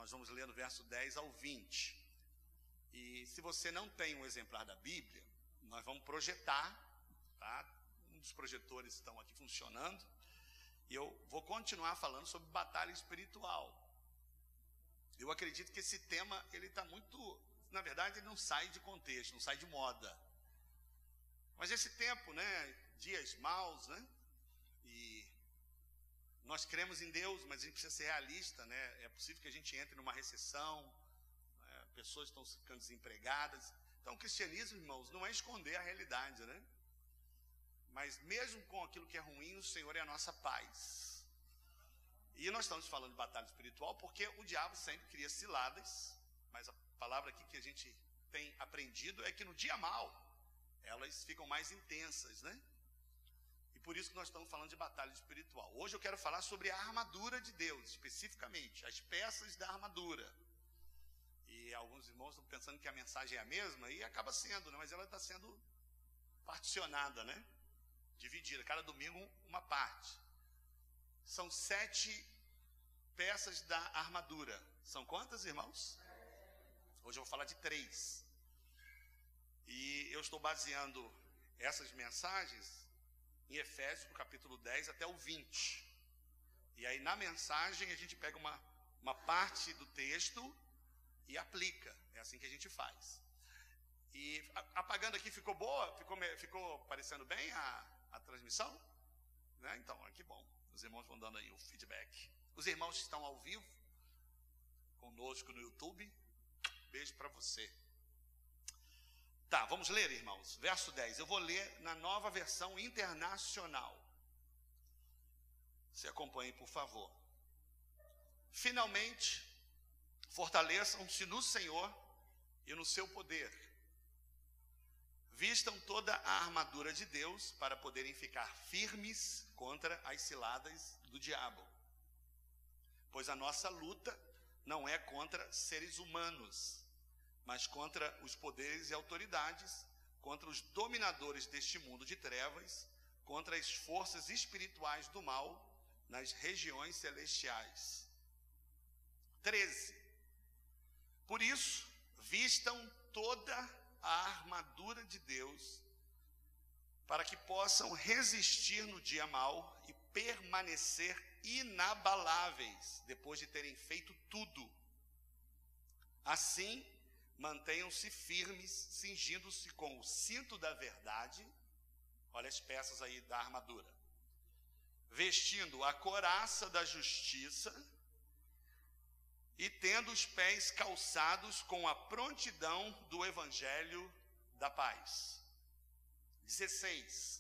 Nós vamos ler do verso 10 ao 20. E se você não tem um exemplar da Bíblia, nós vamos projetar, tá? Um dos projetores estão aqui funcionando. E eu vou continuar falando sobre batalha espiritual. Eu acredito que esse tema, ele está muito... Na verdade, ele não sai de contexto, não sai de moda. Mas esse tempo, né? Dias maus, né? E nós cremos em Deus, mas a gente precisa ser realista, né? É possível que a gente entre numa recessão, né? Pessoas estão ficando desempregadas. Então, o cristianismo, irmãos, não é esconder a realidade, né? Mas mesmo com aquilo que é ruim, o Senhor é a nossa paz. E nós estamos falando de batalha espiritual porque o diabo sempre cria ciladas, mas a palavra aqui que a gente tem aprendido é que no dia mau, elas ficam mais intensas, né? E por isso que nós estamos falando de batalha espiritual. Hoje eu quero falar sobre a armadura de Deus, especificamente, as peças da armadura. E alguns irmãos estão pensando que a mensagem é a mesma, e acaba sendo, né? Mas ela está sendo particionada, né? Dividida, cada domingo uma parte. São 7 peças da armadura. São quantas, irmãos? Hoje eu vou falar de 3. E eu estou baseando essas mensagens em Efésios, no capítulo 10 até o 20. E aí na mensagem a gente pega uma parte do texto e aplica. É assim que a gente faz. E apagando aqui, ficou boa? Ficou parecendo bem a transmissão? Né? Então, que bom. Os irmãos vão dando aí o feedback. Os irmãos que estão ao vivo conosco no YouTube, beijo para você. Tá, vamos ler, irmãos. Verso 10. Eu vou ler na nova versão internacional. Se acompanhem, por favor. Finalmente, fortaleçam-se no Senhor e no seu poder. Vistam toda a armadura de Deus para poderem ficar firmes contra as ciladas do diabo. Pois a nossa luta não é contra seres humanos, mas contra os poderes e autoridades, contra os dominadores deste mundo de trevas, contra as forças espirituais do mal nas regiões celestiais. 13. Por isso, vistam toda a armadura de Deus, para que possam resistir no dia mau e permanecer inabaláveis, depois de terem feito tudo. Assim, mantenham-se firmes, cingindo-se com o cinto da verdade. Olha as peças aí da armadura. Vestindo a couraça da justiça e tendo os pés calçados com a prontidão do evangelho da paz. 16.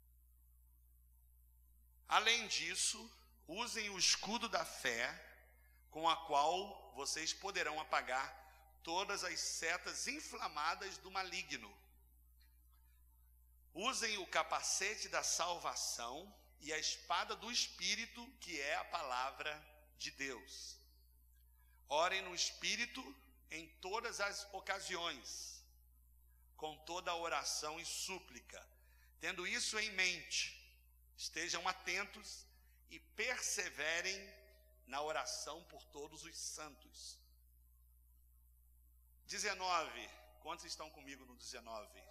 Além disso, usem o escudo da fé, com a qual vocês poderão apagar todas as setas inflamadas do maligno. Usem o capacete da salvação e a espada do Espírito, que é a palavra de Deus. Orem no Espírito em todas as ocasiões, com toda a oração e súplica. Tendo isso em mente, estejam atentos e perseverem na oração por todos os santos. 19. Quantos estão comigo no 19?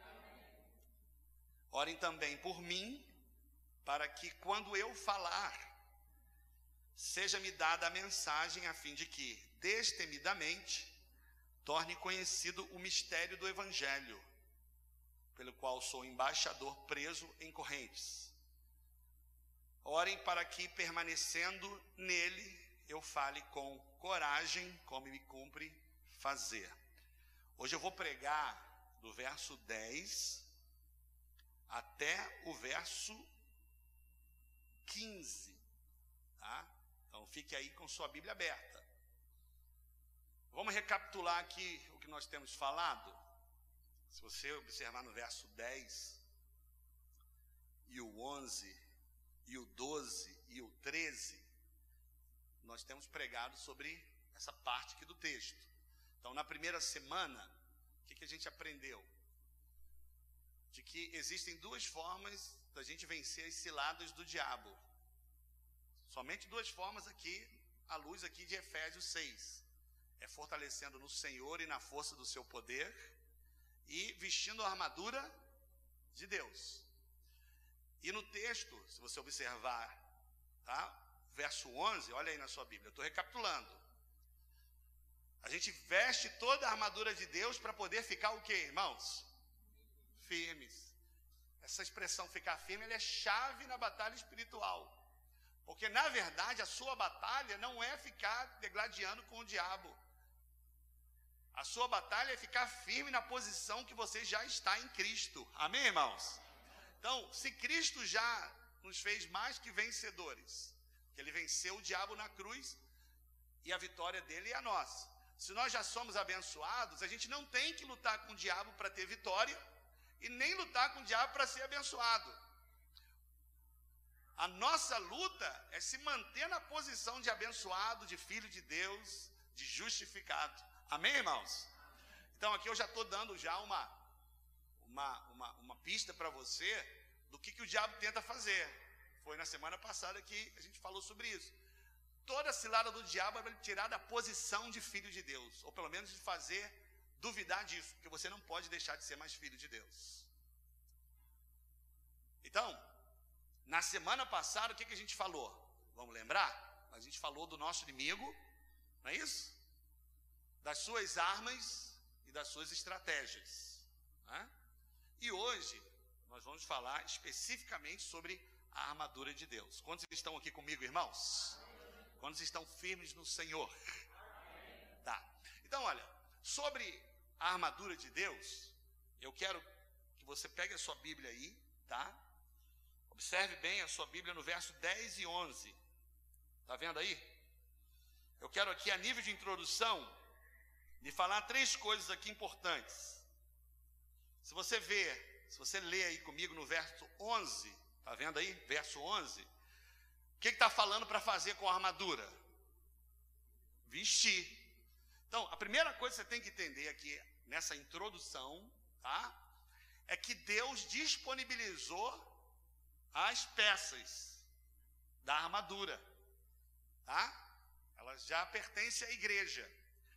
Orem também por mim, para que quando eu falar, seja-me dada a mensagem a fim de que, destemidamente, torne conhecido o mistério do Evangelho, pelo qual sou embaixador preso em correntes. Orem para que, permanecendo nele, eu fale com coragem, como me cumpre fazer. Hoje eu vou pregar do verso 10 até o verso 15, tá? Então fique aí com sua Bíblia aberta. Vamos recapitular aqui o que nós temos falado. Se você observar no verso 10, e o 11, e o 12, e o 13, nós temos pregado sobre essa parte aqui do texto. Então, na primeira semana, o que a gente aprendeu? De que existem 2 formas da gente vencer as ciladas do diabo. Somente 2 formas aqui, à luz aqui de Efésios 6. é fortalecendo no Senhor e na força do seu poder e vestindo a armadura de Deus. E no texto, se você observar, tá? Verso 11, olha aí na sua Bíblia, eu estou recapitulando. A gente veste toda a armadura de Deus para poder ficar o quê, irmãos? Firmes. Essa expressão ficar firme, ela é chave na batalha espiritual. Porque na verdade a sua batalha não é ficar degladiando com o diabo. A sua batalha é ficar firme na posição que você já está em Cristo. Amém, irmãos? Então, se Cristo já nos fez mais que vencedores, que Ele venceu o diabo na cruz e a vitória dele é a nossa. Se nós já somos abençoados, a gente não tem que lutar com o diabo para ter vitória e nem lutar com o diabo para ser abençoado. A nossa luta é se manter na posição de abençoado, de filho de Deus, de justificado. Amém, irmãos? Então aqui eu já estou dando já uma pista para você do que o diabo tenta fazer. Foi na semana passada que a gente falou sobre isso. Toda cilada do diabo é para tirar da posição de filho de Deus, ou pelo menos de fazer duvidar disso, porque você não pode deixar de ser mais filho de Deus. Então, na semana passada, o que a gente falou? Vamos lembrar? A gente falou do nosso inimigo, não é isso? Das suas armas e das suas estratégias, né? E hoje nós vamos falar especificamente sobre a armadura de Deus. Quantos estão aqui comigo, irmãos? Quantos estão firmes no Senhor? Tá. Então, olha, sobre a armadura de Deus, eu quero que você pegue a sua Bíblia aí, tá? Observe bem a sua Bíblia no verso 10 e 11. Tá vendo aí? Eu quero aqui, a nível de introdução, lhe falar 3 coisas aqui importantes. Se você lê aí comigo no verso 11, tá vendo aí? Verso 11. O que está falando para fazer com a armadura? Vestir. Então, a primeira coisa que você tem que entender aqui, nessa introdução, tá? É que Deus disponibilizou as peças da armadura, tá? Elas já pertencem à igreja.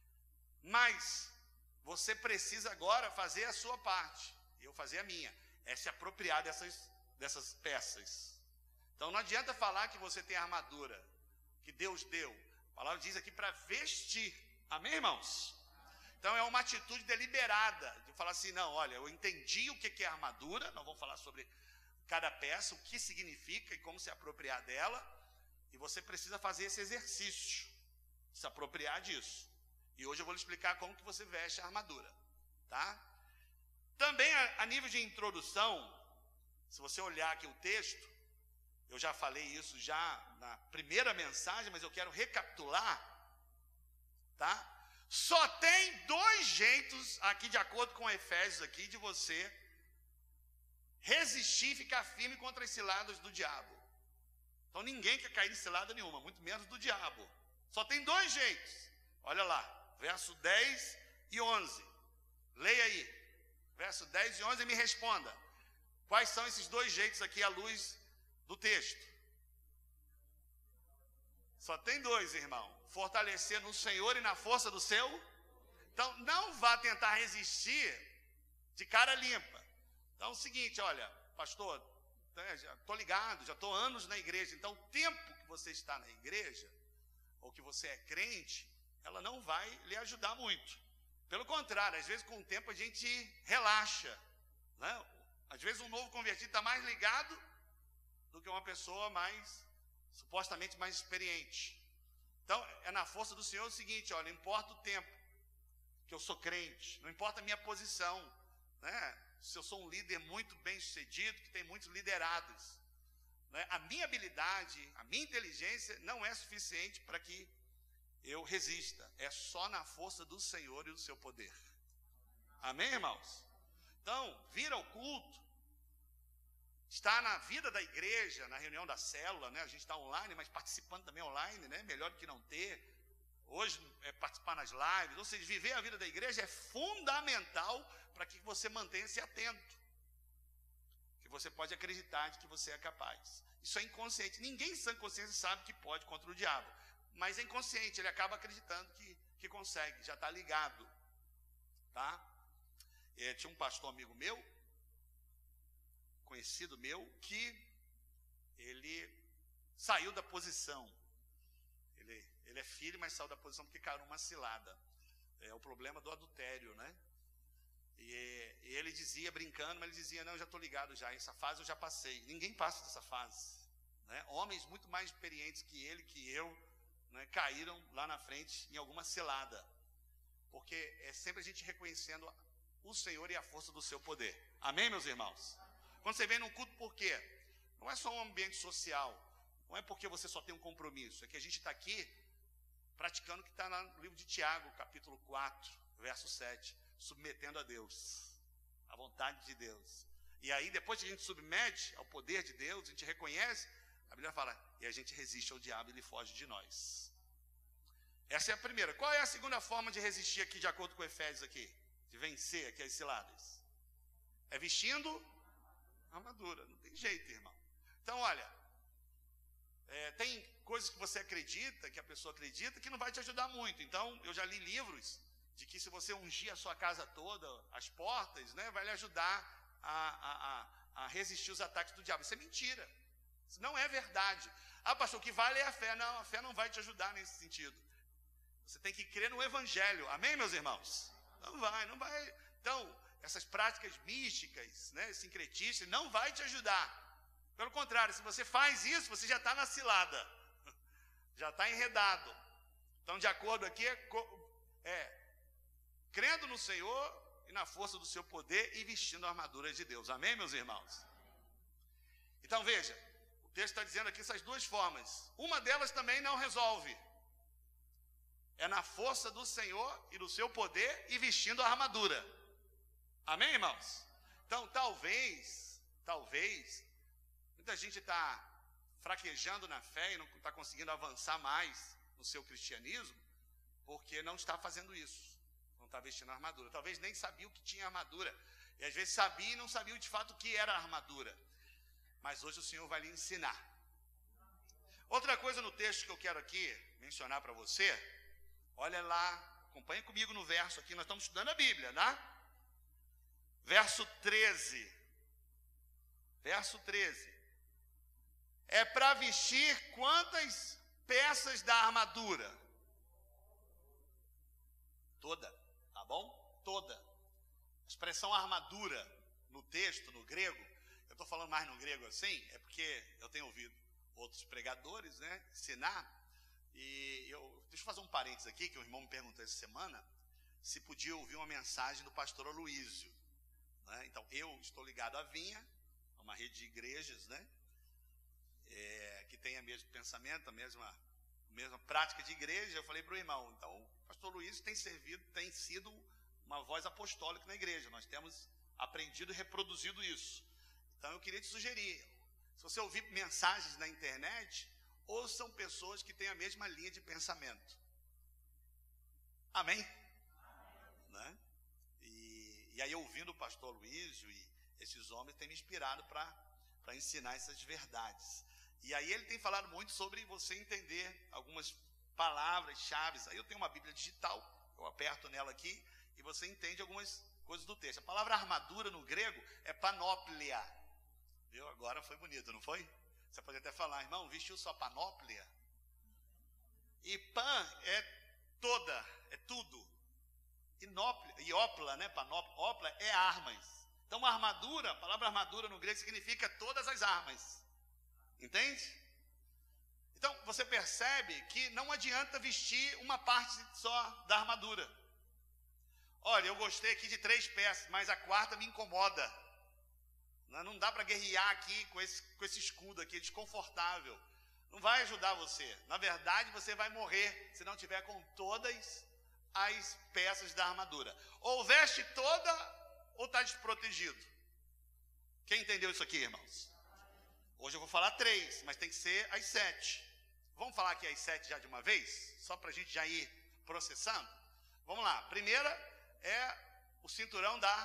Mas você precisa agora fazer a sua parte, e eu fazer a minha, é se apropriar dessas peças. Então não adianta falar que você tem a armadura que Deus deu. A palavra diz aqui para vestir. Amém, irmãos? Então é uma atitude deliberada, de falar assim, não, olha, eu entendi o que é armadura, nós vamos falar sobre cada peça, o que significa e como se apropriar dela, e você precisa fazer esse exercício, se apropriar disso. E hoje eu vou lhe explicar como que você veste a armadura, tá? Também a nível de introdução, se você olhar aqui o texto, eu já falei isso já na primeira mensagem, mas eu quero recapitular, tá? Só tem 2 jeitos aqui, de acordo com Efésios aqui, de você resistir e ficar firme contra as ciladas do diabo. Então ninguém quer cair em cilada nenhuma, muito menos do diabo. Só tem 2 jeitos. Olha lá, verso 10 e 11. Leia aí. Verso 10 e 11 e me responda. Quais são esses 2 jeitos aqui à luz do texto? Só tem 2, irmão. Fortalecer no Senhor e na força do seu. Então, não vá tentar resistir de cara limpa. Então, é o seguinte, olha, pastor, já estou ligado, já estou anos na igreja. Então, o tempo que você está na igreja, ou que você é crente, ela não vai lhe ajudar muito. Pelo contrário, às vezes com o tempo a gente relaxa, né? Às vezes um novo convertido está mais ligado do que uma pessoa supostamente mais experiente. Então, é na força do Senhor o seguinte, olha, não importa o tempo que eu sou crente, não importa a minha posição, né? Se eu sou um líder muito bem sucedido, que tem muitos liderados, né? A minha habilidade, a minha inteligência não é suficiente para que eu resista. É só na força do Senhor e do seu poder. Amém, irmãos? Então, vir ao culto, estar na vida da igreja, na reunião da célula, né? A gente está online, mas participando também online, né? Melhor do que não ter. Hoje é participar nas lives, ou seja, viver a vida da igreja é fundamental para que você mantenha-se atento. Que você pode acreditar de que você é capaz. Isso é inconsciente. Ninguém sem consciência sabe que pode contra o diabo. Mas é inconsciente, ele acaba acreditando que que consegue, já está ligado, tá? Tinha um pastor amigo meu, conhecido meu, que ele saiu da posição. Ele é filho, mas saiu da posição porque caiu numa cilada. É o problema do adultério, né? E ele dizia, brincando, mas ele dizia, não, eu já estou ligado já, essa fase eu já passei. Ninguém passa dessa fase, né? Homens muito mais experientes que ele, que eu, né, caíram lá na frente em alguma cilada. Porque é sempre a gente reconhecendo o Senhor e a força do seu poder. Amém, meus irmãos? Quando você vem num culto, por quê? Não é só um ambiente social, não é porque você só tem um compromisso, é que a gente está aqui praticando o que está no livro de Tiago, capítulo 4, verso 7, submetendo a Deus, à vontade de Deus. E aí, depois que a gente submete ao poder de Deus, a gente reconhece, a Bíblia fala, e a gente resiste ao diabo e ele foge de nós. Essa é a primeira. Qual é a segunda forma de resistir aqui, de acordo com Efésios aqui? De vencer aqui as ciladas? É vestindo armadura. Não tem jeito, irmão. Então, olha, tem coisas que você acredita, que a pessoa acredita, que não vai te ajudar muito. Então, eu já li livros de que se você ungir a sua casa toda, as portas, né, vai lhe ajudar a resistir os ataques do diabo. Isso é mentira. Isso não é verdade. Ah, pastor, o que vale é a fé. Não, a fé não vai te ajudar nesse sentido. Você tem que crer no Evangelho. Amém, meus irmãos? Não vai. Então, essas práticas místicas, né, sincretistas, não vai te ajudar. Pelo contrário, se você faz isso, você já está na cilada. Já está enredado. Então, de acordo aqui, crendo no Senhor e na força do seu poder e vestindo a armadura de Deus. Amém, meus irmãos? Então, veja, o texto está dizendo aqui essas duas formas. Uma delas também não resolve. É na força do Senhor e do seu poder e vestindo a armadura. Amém, irmãos? Então, talvez, muita gente está fraquejando na fé e não está conseguindo avançar mais no seu cristianismo, porque não está fazendo isso. Não está vestindo a armadura. Talvez nem sabia o que tinha armadura. E às vezes sabia e não sabia de fato o que era a armadura. Mas hoje o Senhor vai lhe ensinar. Outra coisa no texto que eu quero aqui mencionar para você, olha lá, acompanha comigo no verso aqui, nós estamos estudando a Bíblia, né? Verso 13. Verso 13. É para vestir quantas peças da armadura? Toda, tá bom? Toda. A expressão armadura no texto, no grego, eu estou falando mais no grego assim, é porque eu tenho ouvido outros pregadores, né, ensinar. E deixa eu fazer um parênteses aqui, que o irmão me perguntou essa semana, se podia ouvir uma mensagem do pastor Aloísio, né? Então, eu estou ligado à Vinha, a uma rede de igrejas, né, que tem o mesmo pensamento, a mesma prática de igreja. Eu falei para o irmão, então, o pastor Luiz tem sido uma voz apostólica na igreja, nós temos aprendido e reproduzido isso. Então, eu queria te sugerir, se você ouvir mensagens na internet, ouçam pessoas que têm a mesma linha de pensamento. Amém? Né? E aí, ouvindo o pastor Luísio e esses homens, têm me inspirado para ensinar essas verdades. E aí ele tem falado muito sobre você entender algumas palavras-chave. Aí eu tenho uma Bíblia digital, eu aperto nela aqui e você entende algumas coisas do texto. A palavra armadura no grego é panóplia. Viu? Agora foi bonito, não foi? Você pode até falar, irmão, vestiu sua panóplia? E pan é toda, é tudo. E ópla, né? Ópla é armas. Então, a palavra armadura no grego significa todas as armas. Entende? Então, você percebe que não adianta vestir uma parte só da armadura. Olha, eu gostei aqui de 3 peças, mas a quarta me incomoda. Não dá para guerrear aqui com esse escudo aqui, desconfortável. Não vai ajudar você. Na verdade, você vai morrer se não tiver com todas as peças da armadura. Ou veste toda, ou está desprotegido. Quem entendeu isso aqui, irmãos? Hoje eu vou falar 3, mas tem que ser as 7. Vamos falar aqui as 7 já de uma vez? Só para a gente já ir processando? Vamos lá. Primeira é o cinturão da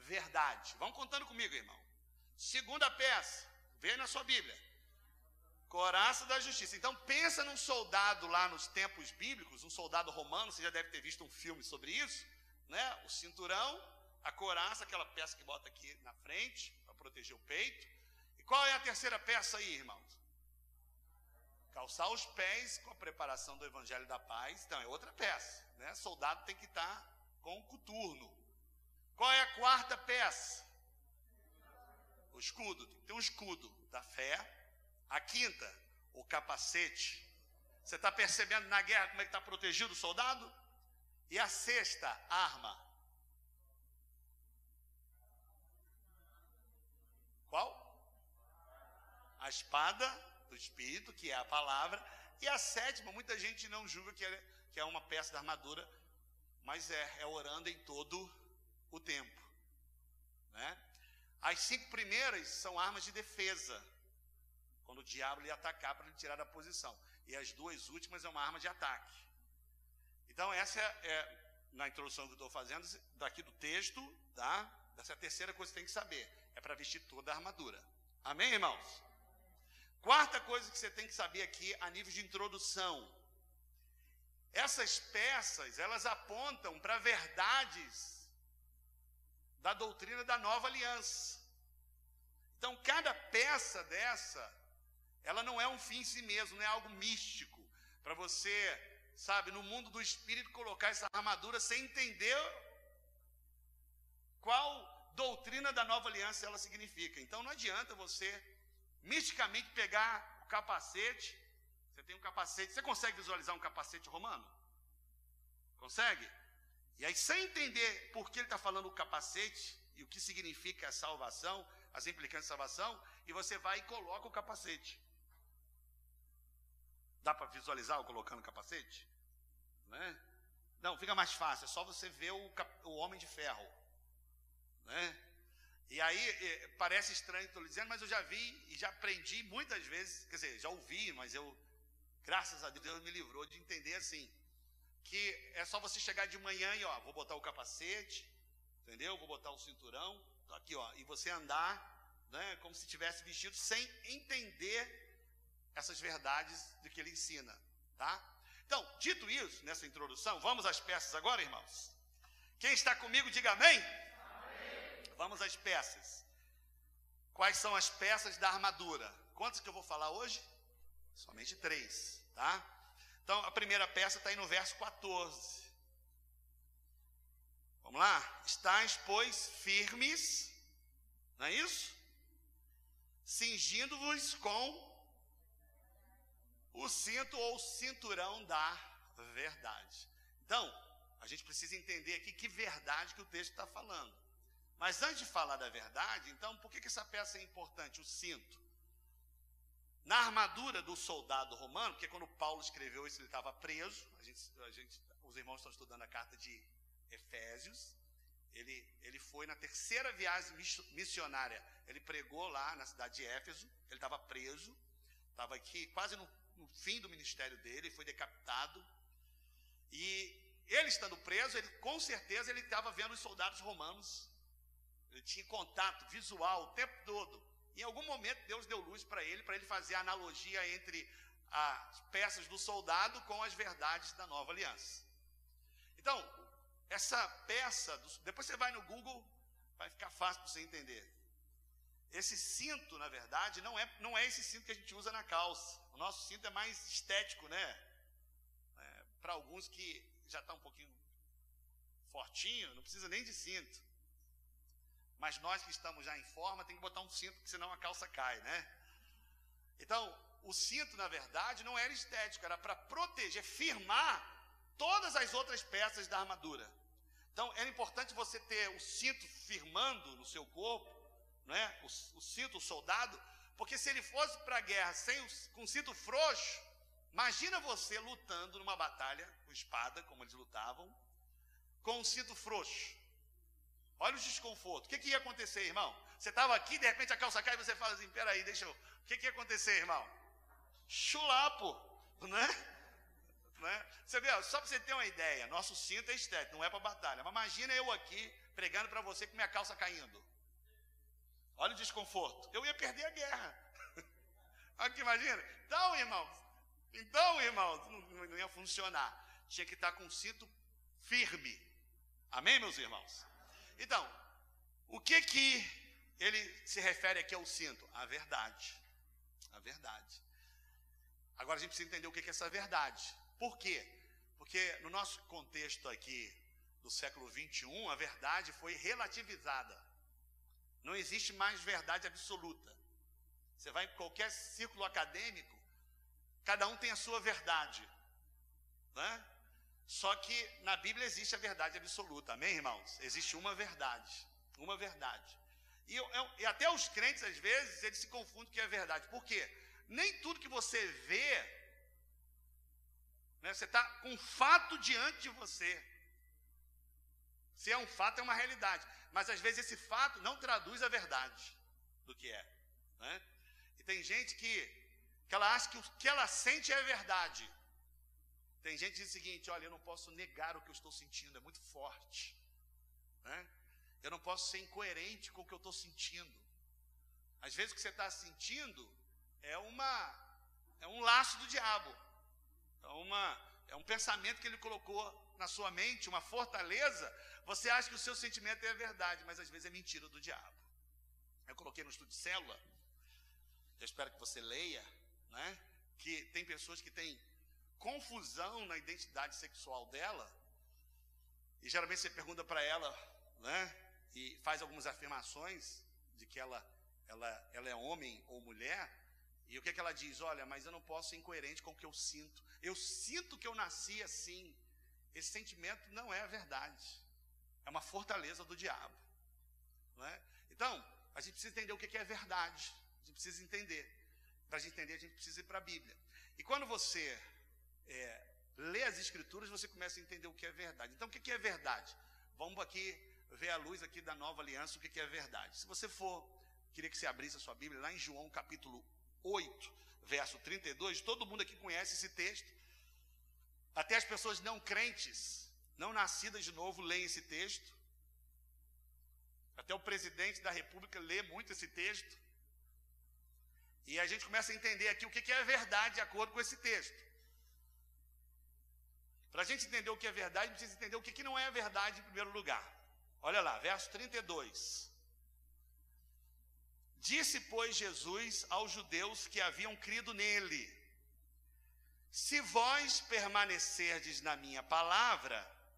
verdade. Vamos contando comigo, irmão. Segunda peça, veja na sua Bíblia. Couraça da justiça. Então pensa num soldado lá nos tempos bíblicos, um soldado romano, você já deve ter visto um filme sobre isso, né? O cinturão, a couraça, aquela peça que bota aqui na frente, para proteger o peito. E qual é a terceira peça aí, irmãos? Calçar os pés com a preparação do Evangelho da Paz. Então é outra peça, né? Soldado tem que estar com o coturno. Qual é a quarta peça? O escudo. Tem que ter um escudo da fé. A quinta, o capacete. Você está percebendo na guerra como é que está protegido o soldado? E a sexta, arma. Qual? A espada do Espírito, que é a palavra. E a sétima, muita gente não julga que é uma peça da armadura, mas é orando em todo o tempo, né? As 5 primeiras são armas de defesa, quando o diabo lhe atacar para lhe tirar da posição. E as 2 últimas é uma arma de ataque. Então essa na introdução que eu estou fazendo, daqui do texto, tá? Essa é a terceira coisa que você tem que saber. É para vestir toda a armadura. Amém, irmãos? Quarta coisa que você tem que saber aqui, a nível de introdução. Essas peças, elas apontam para verdades da doutrina da nova aliança. Então, cada peça dessa, ela não é um fim em si mesmo, não é algo místico, para você, sabe, no mundo do espírito, colocar essa armadura sem entender qual doutrina da nova aliança ela significa. Então, não adianta você misticamente pegar o capacete. Você tem um capacete, você consegue visualizar um capacete romano? Consegue? E aí, sem entender por que ele está falando o capacete e o que significa a salvação, as implicações de salvação, e você vai e coloca o capacete. Dá para visualizar eu colocando o capacete? Né? Não, fica mais fácil, é só você ver o Homem de Ferro. Né? E aí, parece estranho estou dizendo, mas eu já vi e já aprendi muitas vezes, quer dizer, já ouvi, mas graças a Deus, me livrou de entender assim, que é só você chegar de manhã e, vou botar o capacete, entendeu? Vou botar o cinturão, aqui, e você andar, né, como se tivesse vestido, sem entender essas verdades do que ele ensina, tá? Então, dito isso, nessa introdução, vamos às peças agora, irmãos? Quem está comigo, diga amém. Amém. Vamos às peças. Quais são as peças da armadura? Quantas que eu vou falar hoje? Somente 3, tá? Então, a primeira peça está aí no verso 14. Vamos lá? Estais, pois, firmes, não é isso? Cingindo-vos com o cinto ou cinturão da verdade. Então, a gente precisa entender aqui que verdade que o texto está falando. Mas antes de falar da verdade, então, por que essa peça é importante? O cinto. Na armadura do soldado romano, porque quando Paulo escreveu isso, ele estava preso. Os irmãos estão estudando a carta de Efésios. Ele foi na terceira viagem missionária. Ele pregou lá na cidade de Éfeso. Ele estava preso. Estava aqui quase no fim do ministério dele. Foi decapitado. E ele estando preso, com certeza ele estava vendo os soldados romanos. Ele tinha contato visual o tempo todo. Em algum momento Deus deu luz para ele fazer a analogia entre as peças do soldado com as verdades da nova aliança. Então, essa peça, depois você vai no Google, vai ficar fácil para você entender. Esse cinto, na verdade, não é esse cinto que a gente usa na calça. O nosso cinto é mais estético, né? Para alguns que já está um pouquinho fortinho, não precisa nem de cinto. Mas nós que estamos já em forma, tem que botar um cinto, porque senão a calça cai, né? Então, o cinto, na verdade, não era estético, era para proteger, firmar todas as outras peças da armadura. Então, era importante você ter o cinto firmando no seu corpo, né? O cinto, o soldado, porque se ele fosse para a guerra com o cinto frouxo, imagina você lutando numa batalha com espada, como eles lutavam, com um cinto frouxo. Olha o desconforto. O que ia acontecer, irmão? Você estava aqui, de repente a calça cai e você fala assim, peraí, deixa eu... O que ia acontecer, irmão? Chulapo, né? Você vê, só para você ter uma ideia, nosso cinto é estético, não é para batalha. Mas imagina eu aqui, pregando para você com minha calça caindo. Olha o desconforto. Eu ia perder a guerra. Aqui, imagina. Então, irmãos, não ia funcionar. Tinha que estar com o cinto firme. Amém, meus irmãos? Então, o que ele se refere aqui ao cinto? A verdade. A verdade. Agora a gente precisa entender o que é essa verdade. Por quê? Porque no nosso contexto aqui do século 21, a verdade foi relativizada. Não existe mais verdade absoluta. Você vai em qualquer círculo acadêmico, cada um tem a sua verdade, né? Só que na Bíblia existe a verdade absoluta, amém, irmãos? Existe uma verdade, uma verdade. E até os crentes, às vezes, eles se confundem com o que é verdade. Por quê? Nem tudo que você vê, né, você está com um fato diante de você. Se é um fato, é uma realidade. Mas às vezes esse fato não traduz a verdade do que é, né? E tem gente que ela acha que o que ela sente é verdade. Tem gente que diz o seguinte: olha, eu não posso negar o que eu estou sentindo, é muito forte, né? Eu não posso ser incoerente com o que eu estou sentindo. Às vezes o que você está sentindo é um laço do diabo, é um pensamento que ele colocou na sua mente, uma fortaleza. Você acha que o seu sentimento é verdade, mas às vezes é mentira do diabo. Eu coloquei no estudo de célula, eu espero que você leia, né, que tem pessoas que têm confusão na identidade sexual dela, e geralmente você pergunta para ela, né, e faz algumas afirmações de que ela é homem ou mulher, e o que ela diz? Olha, mas eu não posso ser incoerente com o que eu sinto. Eu sinto que eu nasci assim. Esse sentimento não é a verdade. É uma fortaleza do diabo, né? Então, a gente precisa entender o que é verdade. A gente precisa entender. Para a gente entender, a gente precisa ir para a Bíblia. E quando você lê as Escrituras, você começa a entender o que é verdade. Então, o que é verdade? Vamos aqui ver a luz aqui da Nova Aliança, o que é verdade. Se você for, queria que você abrisse a sua Bíblia, lá em João capítulo 8, verso 32, todo mundo aqui conhece esse texto. Até as pessoas não crentes, não nascidas de novo, leem esse texto. Até o presidente da República lê muito esse texto. E a gente começa a entender aqui o que é verdade de acordo com esse texto. Para a gente entender o que é verdade, a gente precisa entender o que não é verdade em primeiro lugar. Olha lá, verso 32. Disse, pois, Jesus aos judeus que haviam crido nele: se vós permanecerdes na minha palavra,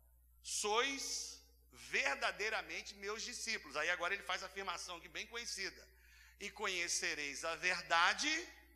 sois verdadeiramente meus discípulos. Aí agora ele faz a afirmação aqui bem conhecida: e conhecereis a verdade,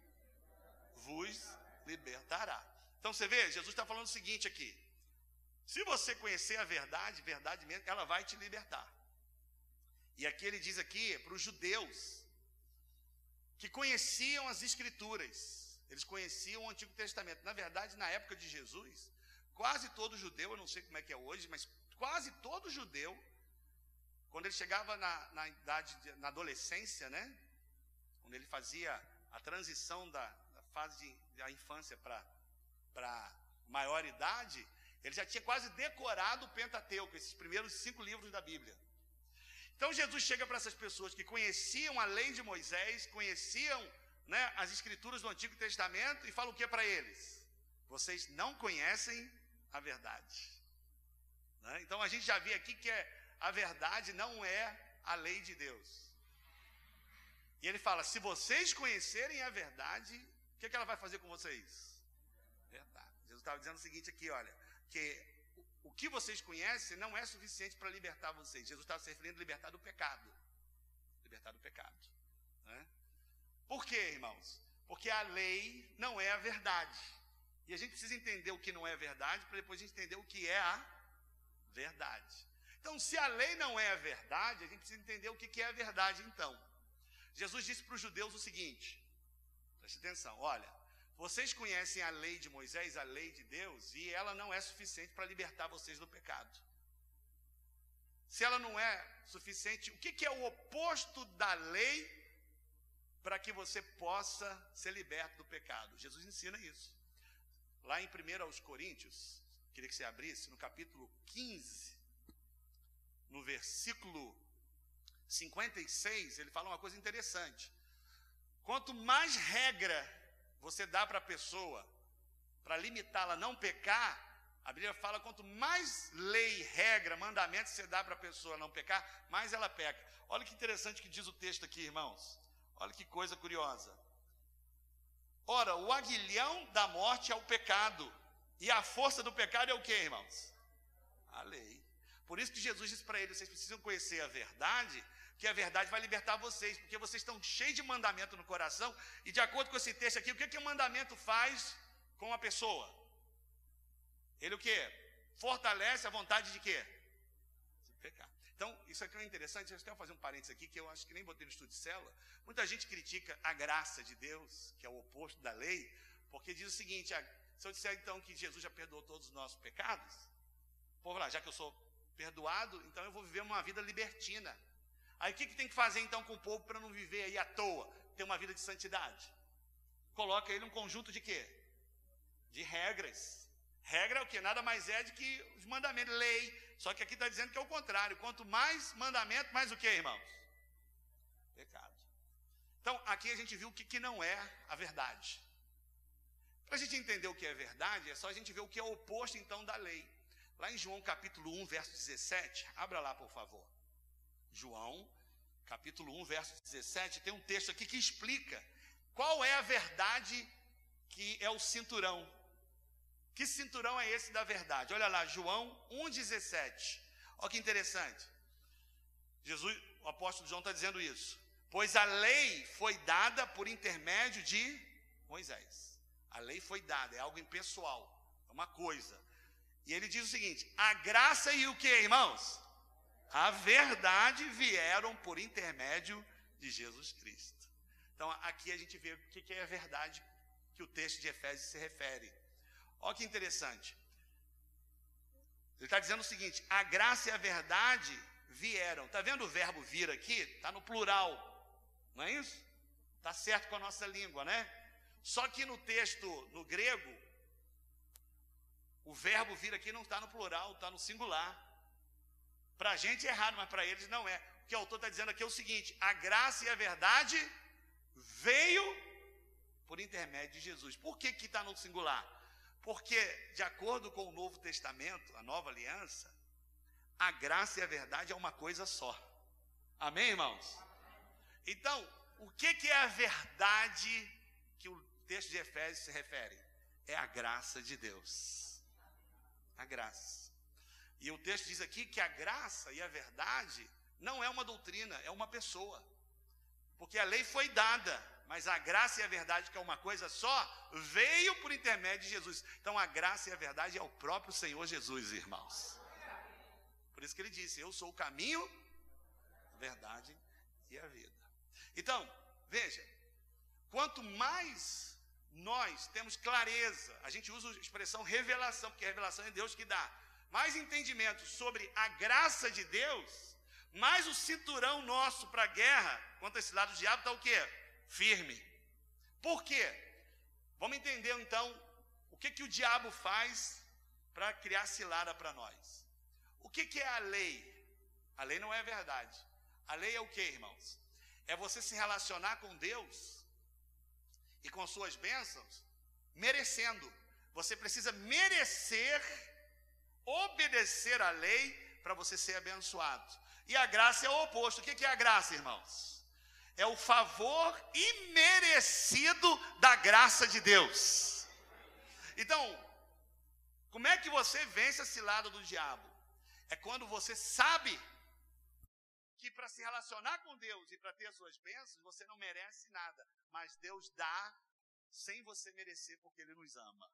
vos libertará. Então você vê, Jesus está falando o seguinte aqui: se você conhecer a verdade, verdade mesmo, ela vai te libertar. E aqui ele diz aqui para os judeus que conheciam as Escrituras, eles conheciam o Antigo Testamento. Na verdade, na época de Jesus, quase todo judeu, eu não sei como é que é hoje, mas quase todo judeu, quando ele chegava na na adolescência, né, quando ele fazia a transição da fase da infância para maioridade, ele já tinha quase decorado o Pentateuco, esses primeiros 5 livros da Bíblia. Então Jesus chega para essas pessoas que conheciam a lei de Moisés, conheciam, né, as Escrituras do Antigo Testamento, e fala o que para eles? Vocês não conhecem a verdade, né? Então a gente já vê aqui que a verdade não é a lei de Deus. E ele fala: se vocês conhecerem a verdade, o que ela vai fazer com vocês? Verdade. Jesus estava dizendo o seguinte aqui, olha, que o que vocês conhecem não é suficiente para libertar vocês. Jesus estava se referindo a libertar do pecado. Libertar do pecado, né? Por quê, irmãos? Porque a lei não é a verdade. E a gente precisa entender o que não é verdade, para depois a gente entender o que é a verdade. Então, se a lei não é a verdade, a gente precisa entender o que é a verdade, então. Jesus disse para os judeus o seguinte, preste atenção, olha, vocês conhecem a lei de Moisés, a lei de Deus, e ela não é suficiente para libertar vocês do pecado. Se ela não é suficiente, o que é o oposto da lei para que você possa ser liberto do pecado? Jesus ensina isso. Lá em 1 Coríntios, queria que você abrisse, no capítulo 15, no versículo 56, ele fala uma coisa interessante. quanto mais regra você dá para a pessoa, para limitá-la a não pecar, a Bíblia fala, quanto mais lei, regra, mandamento você dá para a pessoa não pecar, mais ela peca. Olha que interessante que diz o texto aqui, irmãos. Olha que coisa curiosa. Ora, o aguilhão da morte é o pecado. E a força do pecado é o quê, irmãos? A lei. Por isso que Jesus disse para eles, vocês precisam conhecer a verdade, que a verdade vai libertar vocês, porque vocês estão cheios de mandamento no coração, e de acordo com esse texto aqui, o que o mandamento faz com a pessoa? Ele o quê? Fortalece a vontade de quê? De pecar. Então, isso aqui é interessante, eu até vou fazer um parênteses aqui, que eu acho que nem botei no estudo de célula. Muita gente critica a graça de Deus, que é o oposto da lei, porque diz o seguinte, se eu disser então que Jesus já perdoou todos os nossos pecados, o povo lá, já que eu sou perdoado, então eu vou viver uma vida libertina. Aí o que tem que fazer então com o povo para não viver aí à toa, ter uma vida de santidade? Coloca ele um conjunto de quê? De regras. Regra é o que? Nada mais é do que os mandamentos, lei. Só que aqui está dizendo que é o contrário. Quanto mais mandamento, mais o que, irmãos? Pecado. Então, aqui a gente viu o que não é a verdade. Para a gente entender o que é verdade, é só a gente ver o que é o oposto, então, da lei. Lá em João, capítulo 1, verso 17, abra lá, por favor. João, capítulo 1, verso 17, tem um texto aqui que explica qual é a verdade que é o cinturão. Que cinturão é esse da verdade? Olha lá, João 1,17. Olha que interessante. Jesus, o apóstolo João está dizendo isso. Pois a lei foi dada por intermédio de Moisés. A lei foi dada, é algo impessoal, é uma coisa. E ele diz o seguinte, a graça e o que, irmãos? A verdade vieram por intermédio de Jesus Cristo. Então aqui a gente vê o que é a verdade que o texto de Efésios se refere. Olha que interessante. Ele está dizendo o seguinte, a graça e a verdade vieram. Está vendo o verbo vir aqui? Está no plural, não é isso? Está certo com a nossa língua, né? Só que no texto, no grego, o verbo vir aqui não está no plural, está no singular. Para a gente é errado, mas para eles não é. O que o autor está dizendo aqui é o seguinte, a graça e a verdade veio por intermédio de Jesus. Por que está no singular? Porque, de acordo com o Novo Testamento, a Nova Aliança, a graça e a verdade é uma coisa só. Amém, irmãos? Então, o que é a verdade que o texto de Efésios se refere? É a graça de Deus. A graça. E o texto diz aqui que a graça e a verdade não é uma doutrina, é uma pessoa. Porque a lei foi dada, mas a graça e a verdade, que é uma coisa só, veio por intermédio de Jesus. Então a graça e a verdade é o próprio Senhor Jesus, irmãos. Por isso que ele disse, eu sou o caminho, a verdade e a vida. Então, veja, quanto mais nós temos clareza, a gente usa a expressão revelação, porque a revelação é Deus que dá, mais entendimento sobre a graça de Deus, mais o cinturão nosso para a guerra, contra esse lado do diabo, está o quê? Firme. Por quê? Vamos entender então o que o diabo faz para criar cilada para nós. O que é a lei? A lei não é verdade. A lei é o que, irmãos? É você se relacionar com Deus e com suas bênçãos merecendo. Você precisa merecer, obedecer à lei para você ser abençoado. E a graça é o oposto. O que é a graça, irmãos? É o favor imerecido da graça de Deus. Então, como é que você vence a cilada do diabo? É quando você sabe que para se relacionar com Deus e para ter as suas bênçãos, você não merece nada. Mas Deus dá sem você merecer, porque Ele nos ama.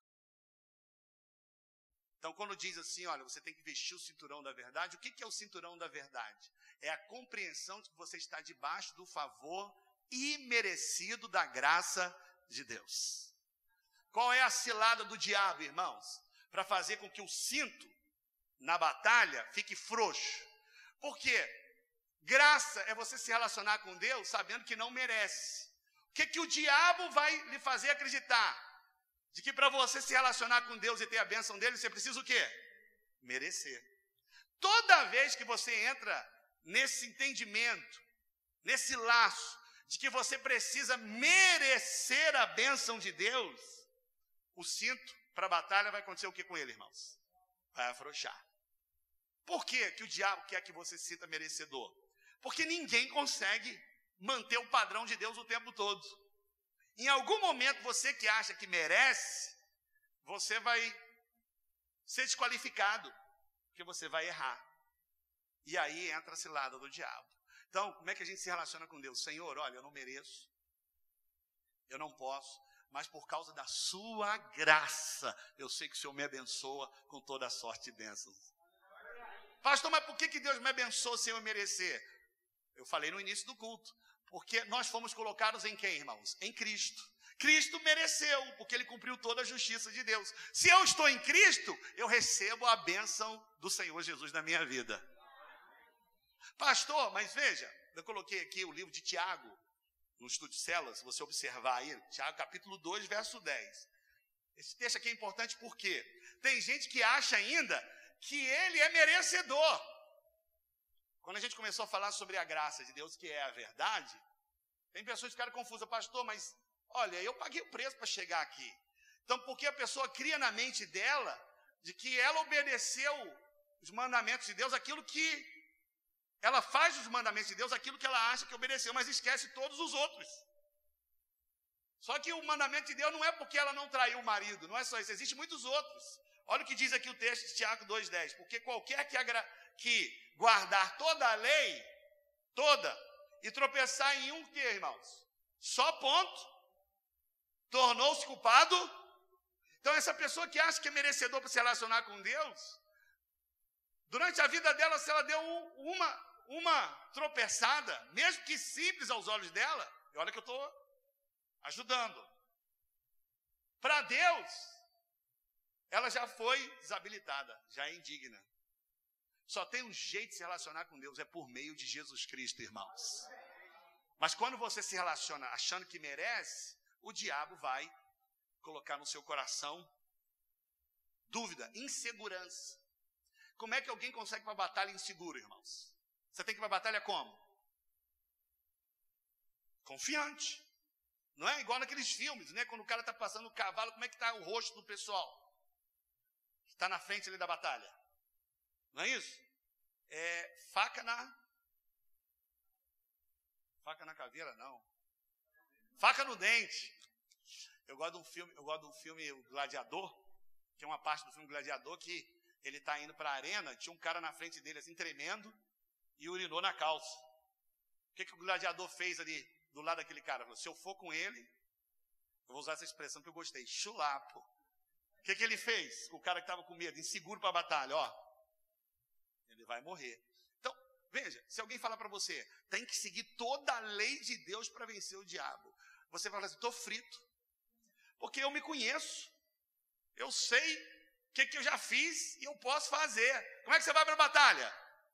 Então, quando diz assim, olha, você tem que vestir o cinturão da verdade, o que é o cinturão da verdade? É a compreensão de que você está debaixo do favor imerecido da graça de Deus. Qual é a cilada do diabo, irmãos? Para fazer com que o cinto na batalha fique frouxo. Por quê? Graça é você se relacionar com Deus sabendo que não merece. O que o diabo vai lhe fazer acreditar? De que para você se relacionar com Deus e ter a bênção dele, você precisa o quê? Merecer. Toda vez que você entra nesse entendimento, nesse laço, de que você precisa merecer a bênção de Deus, o cinto para a batalha vai acontecer o que com ele, irmãos? Vai afrouxar. Por que que o diabo quer que você se sinta merecedor? Porque ninguém consegue manter o padrão de Deus o tempo todo. Em algum momento, você que acha que merece, você vai ser desqualificado, porque você vai errar. E aí entra a cilada do diabo. Então, como é que a gente se relaciona com Deus? Senhor, olha, eu não mereço, eu não posso, mas por causa da sua graça, eu sei que o Senhor me abençoa com toda a sorte e bênçãos. Pastor, mas por que Deus me abençoa sem eu merecer? Eu falei no início do culto, porque nós fomos colocados em quem, irmãos? Em Cristo. Cristo mereceu, porque Ele cumpriu toda a justiça de Deus. Se eu estou em Cristo, eu recebo a bênção do Senhor Jesus na minha vida. Pastor, mas veja, eu coloquei aqui o livro de Tiago, no estudo de células, se você observar aí, Tiago capítulo 2, verso 10. Esse texto aqui é importante porque tem gente que acha ainda que ele é merecedor. Quando a gente começou a falar sobre a graça de Deus, que é a verdade, tem pessoas que ficaram confusas. Pastor, mas olha, eu paguei o preço para chegar aqui. Então, porque a pessoa cria na mente dela de que ela obedeceu os mandamentos de Deus, aquilo que ela faz dos mandamentos de Deus, aquilo que ela acha que obedeceu, mas esquece todos os outros. Só que o mandamento de Deus não é porque ela não traiu o marido, não é só isso, existem muitos outros. Olha o que diz aqui o texto de Tiago 2,10. Porque qualquer que guardar toda a lei, toda, e tropeçar em um que, irmãos? Só ponto, tornou-se culpado. Então essa pessoa que acha que é merecedor para se relacionar com Deus, durante a vida dela, se ela deu uma tropeçada, mesmo que simples aos olhos dela, e olha que eu estou ajudando, para Deus, ela já foi desabilitada, já é indigna. Só tem um jeito de se relacionar com Deus, é por meio de Jesus Cristo, irmãos. Mas quando você se relaciona achando que merece, o diabo vai colocar no seu coração dúvida, insegurança. Como é que alguém consegue ir para a batalha inseguro, irmãos? Você tem que ir para a batalha como? Confiante. Não é igual naqueles filmes, né? Quando o cara está passando o cavalo, como é que está o rosto do pessoal que está na frente ali da batalha? Não é isso? É faca na caveira, não. Faca no dente. Eu gosto de um filme O Gladiador, que é uma parte do filme Gladiador que ele está indo para a arena, tinha um cara na frente dele assim tremendo e urinou na calça. O que o gladiador fez ali do lado daquele cara? Falou, se eu for com ele, eu vou usar essa expressão que eu gostei, chulapo. O que ele fez? O cara que estava com medo, inseguro para a batalha, ó, ele vai morrer. Então, veja, se alguém falar para você, tem que seguir toda a lei de Deus para vencer o diabo. Você fala assim, estou frito, porque eu me conheço, eu sei o que eu já fiz e eu posso fazer. Como é que você vai para a batalha?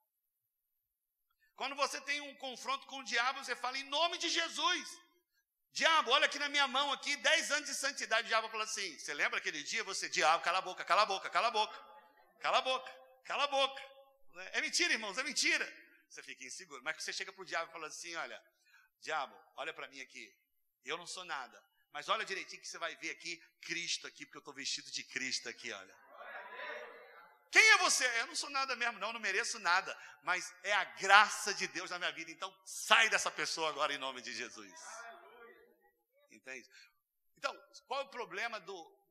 Quando você tem um confronto com o diabo, você fala em nome de Jesus. Diabo, olha aqui na minha mão, aqui, 10 anos de santidade. O diabo fala assim, você lembra aquele dia? Você, diabo, cala a boca, cala a boca, cala a boca. Cala a boca, cala a boca. É mentira, irmãos, é mentira. Você fica inseguro. Mas você chega para o diabo e fala assim, olha, diabo, olha para mim aqui. Eu não sou nada. Mas olha direitinho que você vai ver aqui, Cristo aqui, porque eu estou vestido de Cristo aqui, olha. Quem é você? Eu não sou nada mesmo, não mereço nada. Mas é a graça de Deus na minha vida. Então, sai dessa pessoa agora em nome de Jesus. Entende? Então, qual é o problema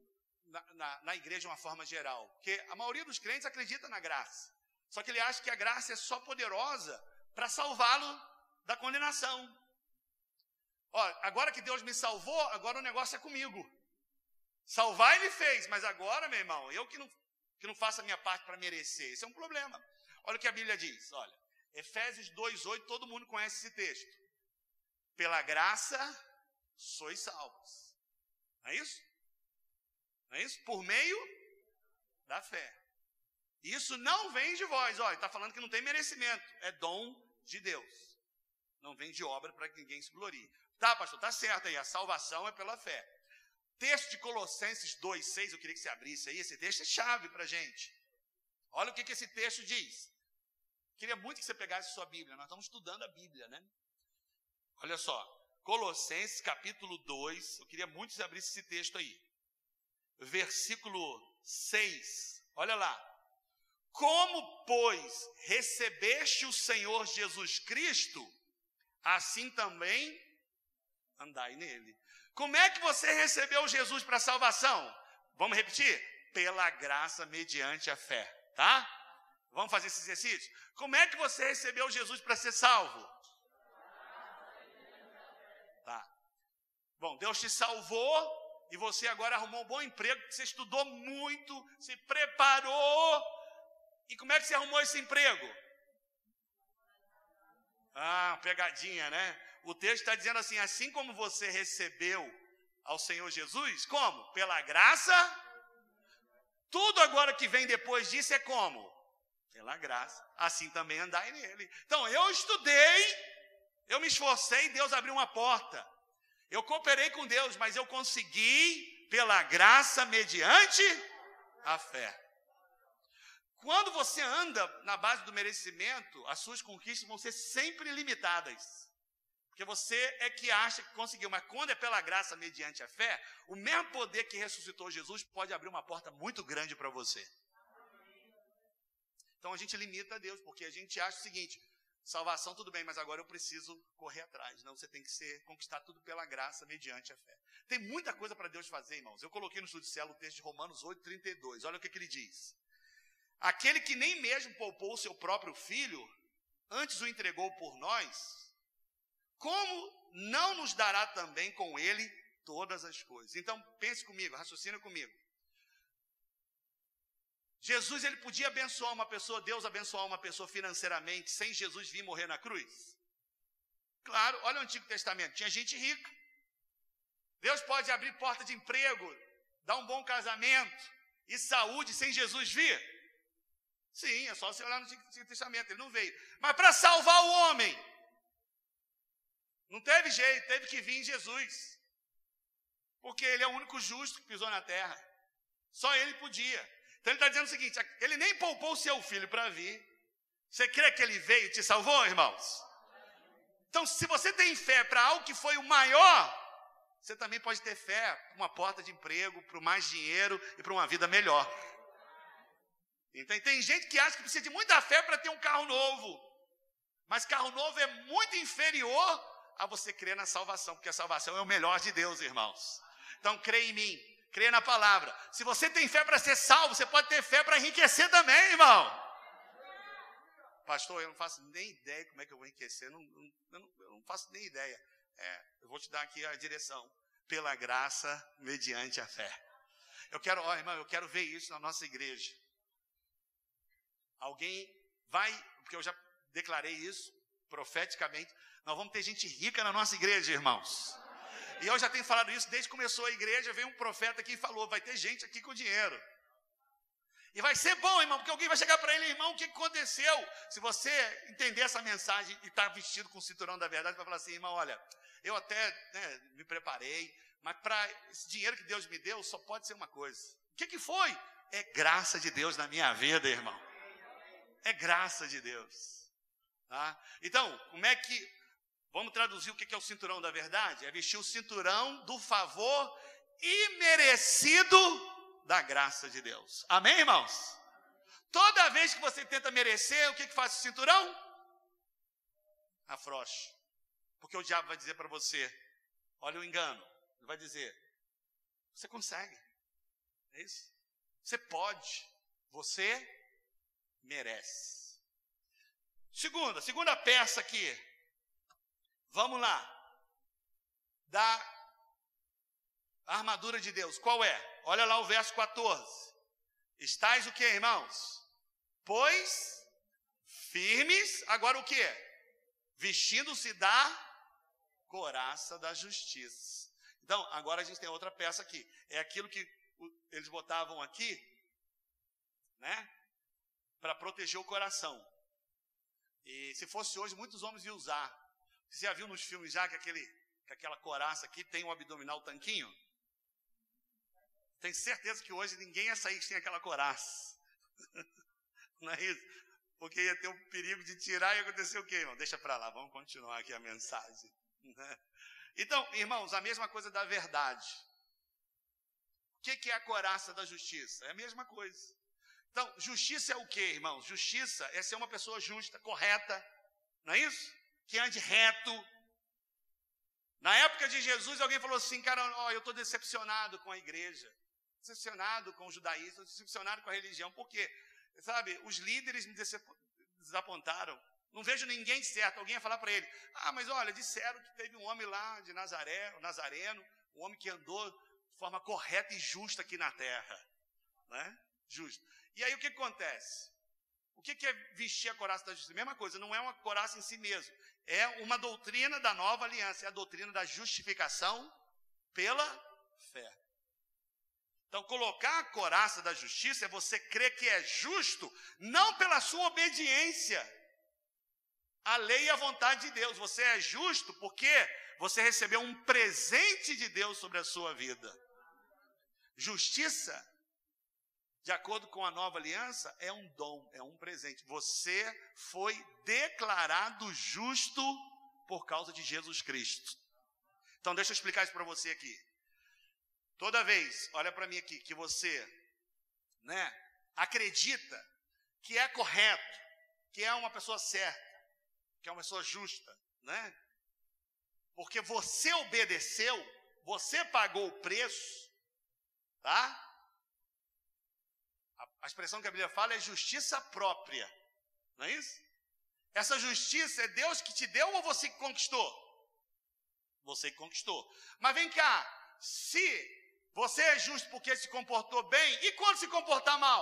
na igreja de uma forma geral? Porque a maioria dos crentes acredita na graça. Só que ele acha que a graça é só poderosa para salvá-lo da condenação. Ó, agora que Deus me salvou, agora o negócio é comigo. Salvar ele fez, mas agora, meu irmão, eu que não faço a minha parte para merecer. Isso é um problema. Olha o que a Bíblia diz. Olha, Efésios 2:8, todo mundo conhece esse texto. Pela graça sois salvos. Não é isso? Não é isso? Por meio da fé. Isso não vem de vós. Olha, está falando que não tem merecimento. É dom de Deus. Não vem de obra para que ninguém se glorie. Tá, pastor, está certo aí. A salvação é pela fé. Texto de Colossenses 2:6, eu queria que você abrisse aí. Esse texto é chave para a gente. Olha o que esse texto diz. Queria muito que você pegasse sua Bíblia. Nós estamos estudando a Bíblia, né? Olha só. Colossenses capítulo 2, eu queria muito que você abrisse esse texto aí. Versículo 6, olha lá. Como, pois, recebeste o Senhor Jesus Cristo, assim também andai nele. Como é que você recebeu Jesus para a salvação? Vamos repetir? Pela graça mediante a fé, tá? Vamos fazer esse exercício? Como é que você recebeu Jesus para ser salvo? Tá. Bom, Deus te salvou e você agora arrumou um bom emprego, porque você estudou muito, se preparou. E como é que você arrumou esse emprego? Pegadinha, né? O texto está dizendo assim, assim como você recebeu ao Senhor Jesus, como? Pela graça. Tudo agora que vem depois disso é como? Pela graça. Assim também andai nele. Então, eu estudei, eu me esforcei, Deus abriu uma porta. Eu cooperei com Deus, mas eu consegui pela graça mediante a fé. Quando você anda na base do merecimento, as suas conquistas vão ser sempre limitadas. Porque você é que acha que conseguiu. Mas quando é pela graça mediante a fé, o mesmo poder que ressuscitou Jesus pode abrir uma porta muito grande para você. Então a gente limita a Deus, porque a gente acha o seguinte, salvação tudo bem, mas agora eu preciso correr atrás. Não, você tem que conquistar tudo pela graça mediante a fé. Tem muita coisa para Deus fazer, irmãos. Eu coloquei no estudo de célula o texto de Romanos 8:32. Olha o que ele diz. Aquele que nem mesmo poupou o seu próprio filho, antes o entregou por nós, como não nos dará também com ele todas as coisas? Então, pense comigo, raciocina comigo. Jesus, ele podia abençoar uma pessoa, Deus abençoar uma pessoa financeiramente, sem Jesus vir morrer na cruz? Claro, olha o Antigo Testamento, tinha gente rica. Deus pode abrir porta de emprego, dar um bom casamento e saúde sem Jesus vir? Sim, é só você olhar no Antigo Testamento, ele não veio. Mas para salvar o homem, não teve jeito, teve que vir em Jesus. Porque ele é o único justo que pisou na terra. Só ele podia. Então ele está dizendo o seguinte, ele nem poupou o seu filho para vir. Você crê que ele veio e te salvou, irmãos? Então, se você tem fé para algo que foi o maior, você também pode ter fé para uma porta de emprego, para mais dinheiro e para uma vida melhor. Então, tem gente que acha que precisa de muita fé para ter um carro novo. Mas carro novo é muito inferior a você crer na salvação, porque a salvação é o melhor de Deus, irmãos. Então, crê em mim, crê na palavra. Se você tem fé para ser salvo, você pode ter fé para enriquecer também, irmão. Pastor, eu não faço nem ideia como é que eu vou enriquecer, eu não faço nem ideia. Eu vou te dar aqui a direção. Pela graça, mediante a fé. Irmão, eu quero ver isso na nossa igreja. Alguém vai, porque eu já declarei isso profeticamente, nós vamos ter gente rica na nossa igreja, irmãos. E eu já tenho falado isso desde que começou a igreja, veio um profeta aqui e falou, vai ter gente aqui com dinheiro. E vai ser bom, irmão, porque alguém vai chegar para ele, irmão, o que aconteceu? Se você entender essa mensagem e estar vestido com o cinturão da verdade, vai falar assim, irmão, olha, eu até me preparei, mas para esse dinheiro que Deus me deu, só pode ser uma coisa. O que foi? É graça de Deus na minha vida, irmão. É graça de Deus. Tá? Então, como é que... Vamos traduzir o que é o cinturão da verdade? É vestir o cinturão do favor imerecido da graça de Deus. Amém, irmãos? Toda vez que você tenta merecer, o que faz o cinturão? Afrouxe. Porque o diabo vai dizer para você, olha o engano. Ele vai dizer, você consegue. É isso? Você pode. Você merece. Segunda peça aqui. Vamos lá. Da armadura de Deus. Qual é? Olha lá o verso 14. Estais o que, irmãos? Pois firmes. Agora o que? Vestindo-se da couraça da justiça. Então, agora a gente tem outra peça aqui. É aquilo que eles botavam aqui, né? Para proteger o coração. E se fosse hoje, muitos homens iam usar. Você já viu nos filmes já que aquela couraça aqui tem um abdominal tanquinho? Tenho certeza que hoje ninguém ia sair sem aquela couraça. Não é isso? Porque ia ter o perigo de tirar e acontecer o quê, irmão? Deixa para lá, vamos continuar aqui a mensagem. Então, irmãos, a mesma coisa da verdade. O que é a couraça da justiça? É a mesma coisa. Então, justiça é o quê, irmãos? Justiça é ser uma pessoa justa, correta, não é isso? Que ande reto. Na época de Jesus, alguém falou assim, cara, ó, eu estou decepcionado com a igreja, decepcionado com o judaísmo, decepcionado com a religião. Por quê? Sabe, os líderes me desapontaram. Não vejo ninguém certo. Alguém ia falar para ele, mas olha, disseram que teve um homem lá de Nazaré, o Nazareno, um homem que andou de forma correta e justa aqui na terra. Né? Justo. E aí o que acontece? O que é vestir a couraça da justiça? Mesma coisa, não é uma couraça em si mesmo. É uma doutrina da nova aliança, é a doutrina da justificação pela fé. Então, colocar a couraça da justiça é você crer que é justo, não pela sua obediência à lei e à vontade de Deus. Você é justo porque você recebeu um presente de Deus sobre a sua vida. Justiça, de acordo com a nova aliança, é um dom, é um presente. Você foi declarado justo por causa de Jesus Cristo. Então, deixa eu explicar isso para você aqui. Toda vez, olha para mim aqui, que você, acredita que é correto, que é uma pessoa certa, que é uma pessoa justa, porque você obedeceu, você pagou o preço, tá? A expressão que a Bíblia fala é justiça própria, não é isso? Essa justiça é Deus que te deu ou você que conquistou? Você que conquistou. Mas vem cá, se você é justo porque se comportou bem, e quando se comportar mal?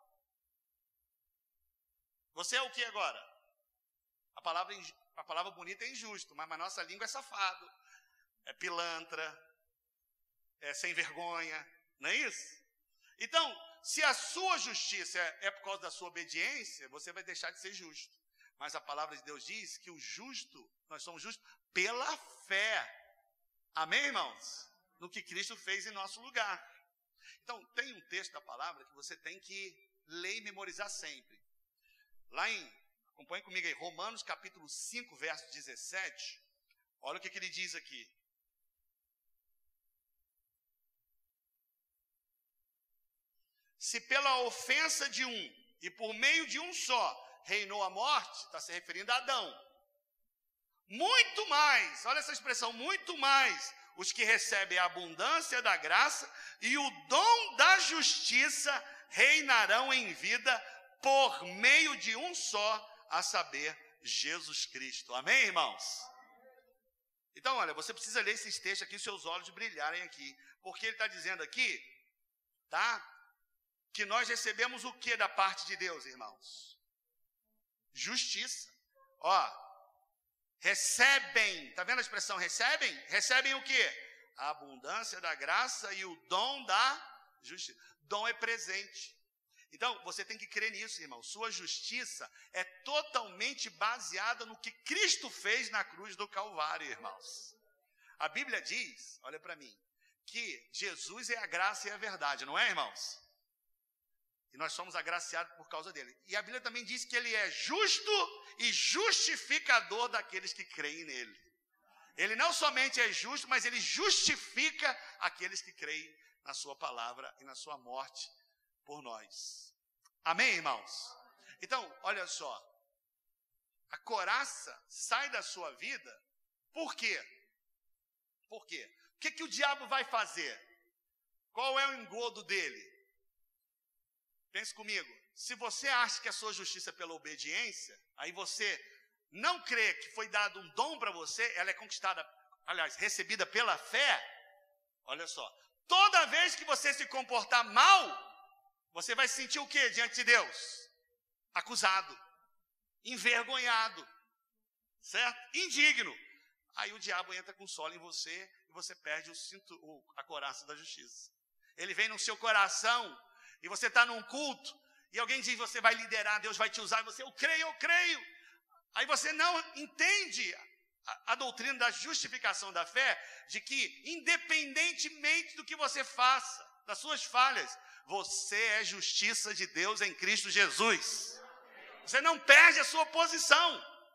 Você é o que agora? A palavra bonita é injusto, mas a nossa língua é safado, é pilantra, é sem vergonha, não é isso? Então, se a sua justiça é por causa da sua obediência, você vai deixar de ser justo. Mas a palavra de Deus diz que o justo, nós somos justos pela fé. Amém, irmãos? No que Cristo fez em nosso lugar. Então, tem um texto da palavra que você tem que ler e memorizar sempre. Acompanhe comigo aí, Romanos capítulo 5, verso 17. Olha o que ele diz aqui. Se pela ofensa de um e por meio de um só reinou a morte, está se referindo a Adão. Muito mais, olha essa expressão, muito mais, os que recebem a abundância da graça e o dom da justiça reinarão em vida por meio de um só, a saber, Jesus Cristo. Amém, irmãos? Então, olha, você precisa ler esses textos aqui, seus olhos brilharem aqui, porque ele está dizendo aqui, tá? Que nós recebemos o que da parte de Deus, irmãos? Justiça. Recebem, está vendo a expressão recebem? Recebem o quê? A abundância da graça e o dom da justiça. Dom é presente. Então, você tem que crer nisso, irmão. Sua justiça é totalmente baseada no que Cristo fez na cruz do Calvário, irmãos. A Bíblia diz, olha para mim, que Jesus é a graça e a verdade, não é, irmãos? E nós somos agraciados por causa dele. E a Bíblia também diz que ele é justo e justificador daqueles que creem nele. Ele não somente é justo, mas ele justifica aqueles que creem na sua palavra e na sua morte por nós. Amém, irmãos? Então, olha só. A couraça sai da sua vida. Por quê? Por quê? O que o diabo vai fazer? Qual é o engodo dele? Pense comigo, se você acha que a sua justiça é pela obediência, aí você não crê que foi dado um dom para você, ela é conquistada, aliás, recebida pela fé, olha só, toda vez que você se comportar mal, você vai sentir o que diante de Deus? Acusado, envergonhado, certo? Indigno. Aí o diabo entra com solo em você e você perde a couraça da justiça. Ele vem no seu coração. E você está num culto, e alguém diz, você vai liderar, Deus vai te usar, e você, eu creio. Aí você não entende a doutrina da justificação da fé, de que, independentemente do que você faça, das suas falhas, você é justiça de Deus em Cristo Jesus. Você não perde a sua posição.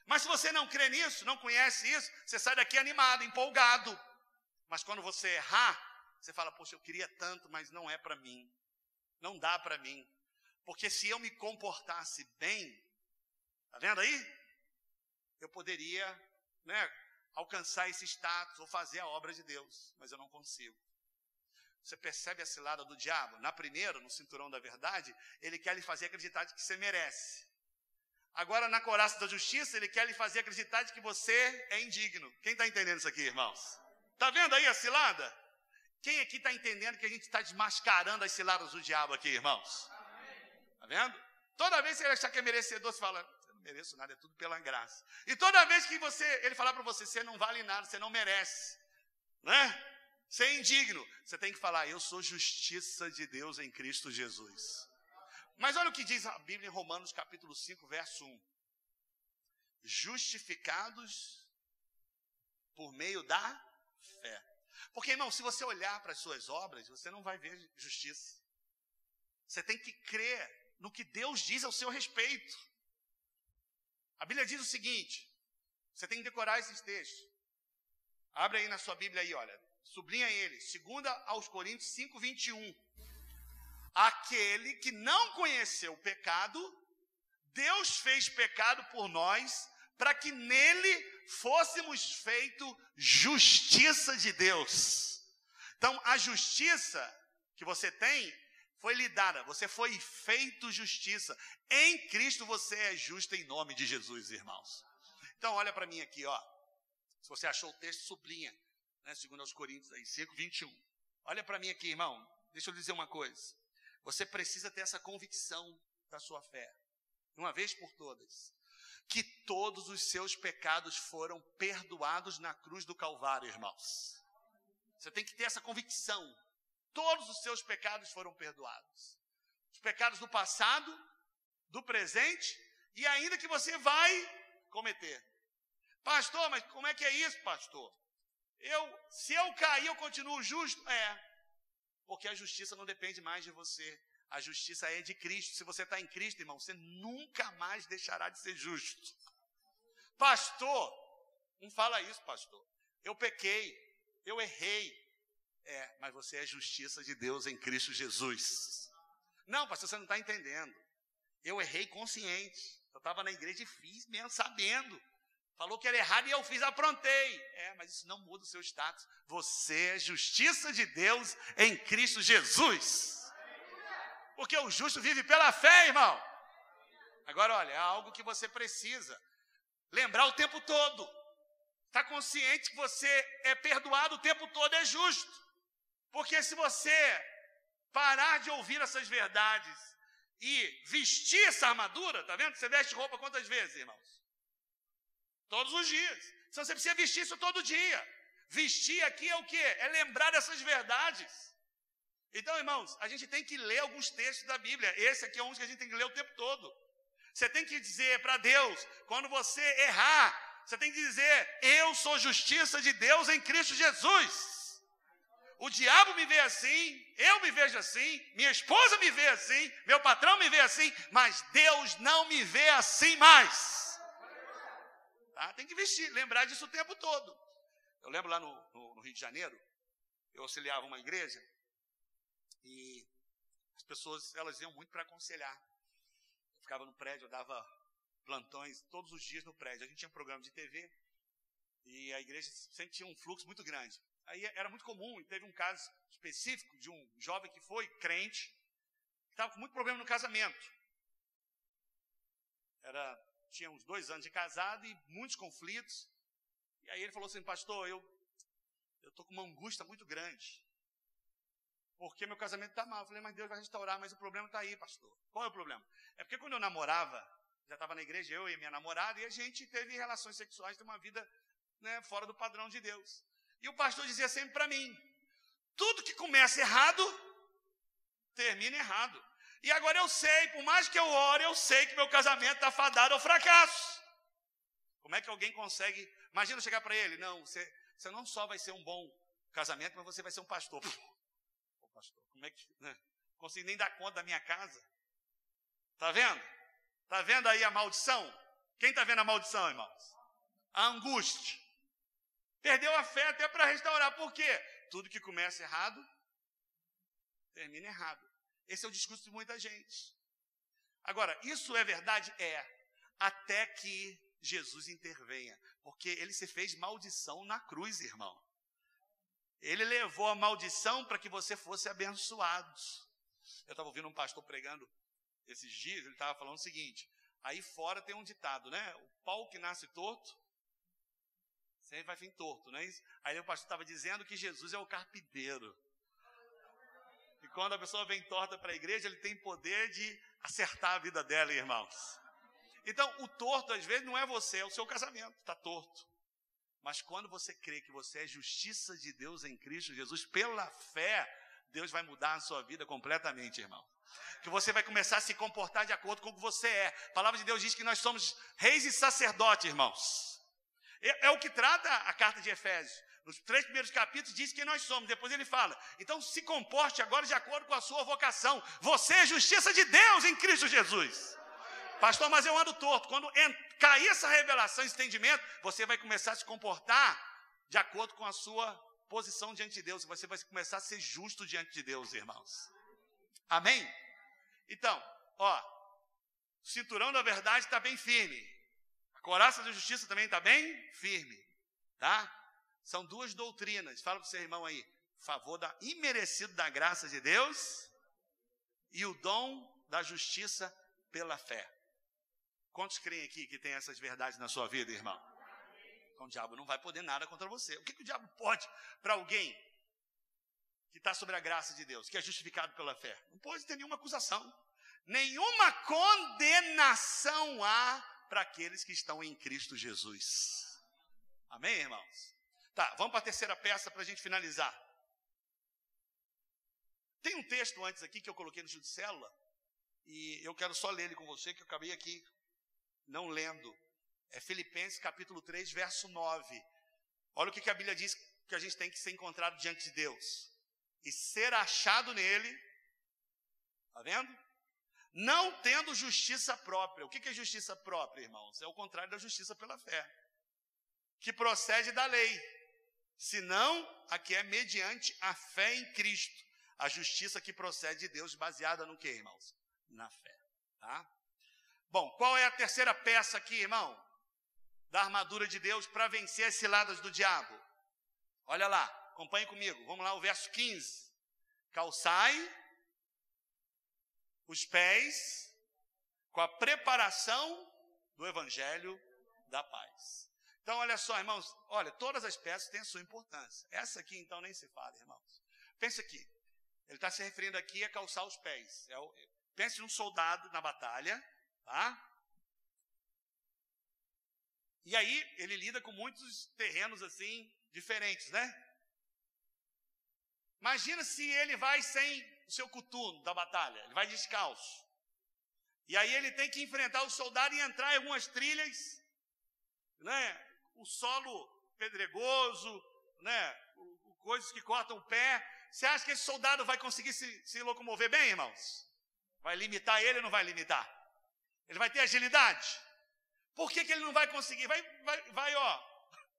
Mas se você não crê nisso, não conhece isso, você sai daqui animado, empolgado. Mas quando você errar, você fala, poxa, eu queria tanto, mas não é para mim. Não dá para mim. Porque se eu me comportasse bem, tá vendo aí? Eu poderia, alcançar esse status ou fazer a obra de Deus, mas eu não consigo. Você percebe a cilada do diabo? Na primeira, no cinturão da verdade, ele quer lhe fazer acreditar de que você merece. Agora, na couraça da justiça, ele quer lhe fazer acreditar de que você é indigno. Quem está entendendo isso aqui, irmãos? Está vendo aí a cilada? Quem aqui está entendendo que a gente está desmascarando as ciladas do diabo aqui, irmãos? Está vendo? Toda vez que ele achar que é merecedor, você fala, eu não mereço nada, é tudo pela graça. E toda vez que ele falar para você, você não vale nada, você não merece, né? Você é indigno. Você tem que falar, eu sou justiça de Deus em Cristo Jesus. Mas olha o que diz a Bíblia em Romanos capítulo 5, verso 1. Justificados por meio da fé. Porque, irmão, se você olhar para as suas obras, você não vai ver justiça. Você tem que crer no que Deus diz ao seu respeito. A Bíblia diz o seguinte, você tem que decorar esses textos. Abre aí na sua Bíblia aí, olha. Sublinha ele, 2 aos Coríntios 5, 21. Aquele que não conheceu o pecado, Deus fez pecado por nós, para que nele fôssemos feito justiça de Deus. Então, a justiça que você tem foi lhe dada, você foi feito justiça. Em Cristo você é justo em nome de Jesus, irmãos. Então, olha para mim aqui, ó. Se você achou o texto, sublinha. 2 aos Coríntios, aí, 5, 21. Olha para mim aqui, irmão. Deixa eu dizer uma coisa. Você precisa ter essa convicção da sua fé. Uma vez por todas. Que todos os seus pecados foram perdoados na cruz do Calvário, irmãos. Você tem que ter essa convicção. Todos os seus pecados foram perdoados. Os pecados do passado, do presente e ainda que você vai cometer. Pastor, mas como é que é isso, pastor? Se eu cair, eu continuo justo? Porque a justiça não depende mais de você. A justiça é de Cristo. Se você está em Cristo, irmão, você nunca mais deixará de ser justo. Pastor, não fala isso, pastor. Eu pequei, eu errei. Mas você é justiça de Deus em Cristo Jesus. Não, pastor, você não está entendendo. Eu errei consciente. Eu estava na igreja e fiz mesmo sabendo. Falou que era errado e eu fiz, aprontei. Mas isso não muda o seu status. Você é justiça de Deus em Cristo Jesus. Porque o justo vive pela fé, irmão. Agora, olha, é algo que você precisa lembrar o tempo todo. Está consciente que você é perdoado o tempo todo, é justo. Porque se você parar de ouvir essas verdades e vestir essa armadura, tá vendo? Você veste roupa quantas vezes, irmãos? Todos os dias. Então você precisa vestir isso todo dia. Vestir aqui é o quê? É lembrar dessas verdades. Então, irmãos, a gente tem que ler alguns textos da Bíblia. Esse aqui é um que a gente tem que ler o tempo todo. Você tem que dizer para Deus, quando você errar, você tem que dizer, eu sou justiça de Deus em Cristo Jesus. O diabo me vê assim, eu me vejo assim, minha esposa me vê assim, meu patrão me vê assim, mas Deus não me vê assim mais. Tem que vestir, lembrar disso o tempo todo. Eu lembro lá no Rio de Janeiro, eu auxiliava uma igreja e as pessoas, elas iam muito para aconselhar. Eu ficava no prédio, eu dava plantões todos os dias no prédio. A gente tinha um programa de TV e a igreja sempre tinha um fluxo muito grande. Aí era muito comum, e teve um caso específico de um jovem que foi crente, que estava com muito problema no casamento. Tinha uns 2 anos de casado e muitos conflitos. E aí ele falou assim, pastor, eu estou com uma angústia muito grande. Porque meu casamento está mal. Eu falei, mas Deus vai restaurar, mas o problema está aí, pastor. Qual é o problema? É porque quando eu namorava, já estava na igreja, eu e minha namorada, e a gente teve relações sexuais, teve uma vida fora do padrão de Deus. E o pastor dizia sempre para mim, tudo que começa errado, termina errado. E agora eu sei, por mais que eu ore, eu sei que meu casamento está fadado ao fracasso. Como é que alguém consegue... Imagina eu chegar para ele, não, você não só vai ser um bom casamento, mas você vai ser um pastor. Pô, pastor, como é que... Não consigo nem dar conta da minha casa. Está vendo? Está vendo aí a maldição? Quem está vendo a maldição, irmãos? A angústia. Perdeu a fé até para restaurar. Por quê? Tudo que começa errado, termina errado. Esse é o discurso de muita gente. Agora, isso é verdade? É. Até que Jesus intervenha. Porque ele se fez maldição na cruz, irmão. Ele levou a maldição para que você fosse abençoado. Eu estava ouvindo um pastor pregando esses dias, ele estava falando o seguinte: aí fora tem um ditado, né? O pau que nasce torto, sempre vai vir torto, não é isso? Aí o pastor estava dizendo que Jesus é o carpinteiro. E quando a pessoa vem torta para a igreja, ele tem poder de acertar a vida dela, irmãos. Então, o torto, às vezes, não é você, é o seu casamento, está torto. Mas quando você crê que você é justiça de Deus em Cristo Jesus, pela fé, Deus vai mudar a sua vida completamente, irmão. Que você vai começar a se comportar de acordo com o que você é. A palavra de Deus diz que nós somos reis e sacerdotes, irmãos. É o que trata a carta de Efésios. Nos 3 primeiros capítulos diz quem nós somos. Depois ele fala: então se comporte agora de acordo com a sua vocação. Você é justiça de Deus em Cristo Jesus. Pastor, mas eu ando torto. Quando cair essa revelação, esse entendimento, você vai começar a se comportar de acordo com a sua posição diante de Deus. Você vai começar a ser justo diante de Deus, irmãos. Amém? Então, o cinturão da verdade está bem firme. A couraça da justiça também está bem firme. Tá? São 2 doutrinas. Fala para o seu irmão aí. Favor imerecido da graça de Deus e o dom da justiça pela fé. Quantos creem aqui que tem essas verdades na sua vida, irmão? Então o diabo não vai poder nada contra você. O que o diabo pode para alguém que está sobre a graça de Deus, que é justificado pela fé? Não pode ter nenhuma acusação. Nenhuma condenação há para aqueles que estão em Cristo Jesus. Amém, irmãos? Tá, vamos para a terceira peça para a gente finalizar. Tem um texto antes aqui que eu coloquei no estudo de célula, e eu quero só ler ele com você, que eu acabei aqui não lendo. É Filipenses capítulo 3, verso 9. Olha o que a Bíblia diz, que a gente tem que ser encontrado diante de Deus. E ser achado nele, está vendo? Não tendo justiça própria. O que é justiça própria, irmãos? É o contrário da justiça pela fé, que procede da lei. Senão, aqui é mediante a fé em Cristo. A justiça que procede de Deus, baseada no que, irmãos? Na fé, tá? Bom, qual é a terceira peça aqui, irmão? Da armadura de Deus para vencer as ciladas do diabo. Olha lá, acompanhe comigo. Vamos lá, o verso 15. Calçai os pés com a preparação do evangelho da paz. Então, olha só, irmãos. Olha, todas as peças têm a sua importância. Essa aqui, então, nem se fala, irmãos. Pense aqui. Ele está se referindo aqui a calçar os pés. Pense num soldado na batalha, tá? E aí, ele lida com muitos terrenos, assim, diferentes, né? Imagina se ele vai sem o seu coturno da batalha. Ele vai descalço. E aí, ele tem que enfrentar o soldado e entrar em algumas trilhas, né? O solo pedregoso, né? Coisas que cortam o pé. Você acha que esse soldado vai conseguir se locomover bem, irmãos? Vai limitar ele ou não vai limitar? Ele vai ter agilidade? Por que ele não vai conseguir? Vai, ó.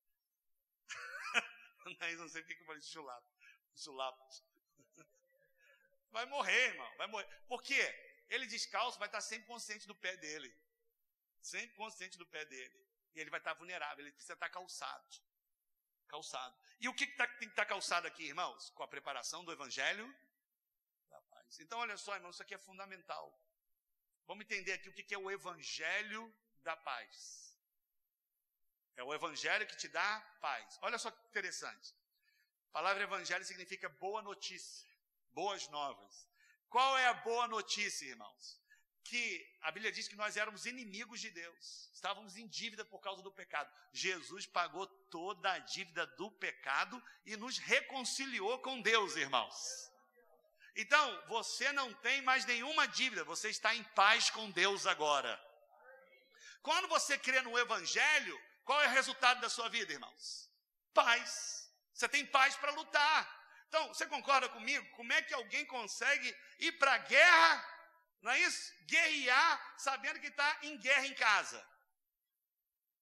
Não sei porque eu falei chulapo. Vai morrer, irmão. Vai morrer. Por quê? Ele descalço vai estar sempre consciente do pé dele. Sempre consciente do pé dele. E ele vai estar vulnerável. Ele precisa estar calçado. E o que tem que estar calçado aqui, irmãos? Com a preparação do evangelho da paz. Então, olha só, irmãos, isso aqui é fundamental. Vamos entender aqui o que é o evangelho da paz. É o evangelho que te dá paz. Olha só que interessante. A palavra evangelho significa boa notícia, boas novas. Qual é a boa notícia, irmãos? Que a Bíblia diz que nós éramos inimigos de Deus. Estávamos em dívida por causa do pecado. Jesus pagou toda a dívida do pecado e nos reconciliou com Deus, irmãos. Então, você não tem mais nenhuma dívida. Você está em paz com Deus agora. Quando você crê no evangelho, qual é o resultado da sua vida, irmãos? Paz. Você tem paz para lutar. Então, você concorda comigo? Como é que alguém consegue ir para a guerra, não é isso? Guerrear, sabendo que está em guerra em casa.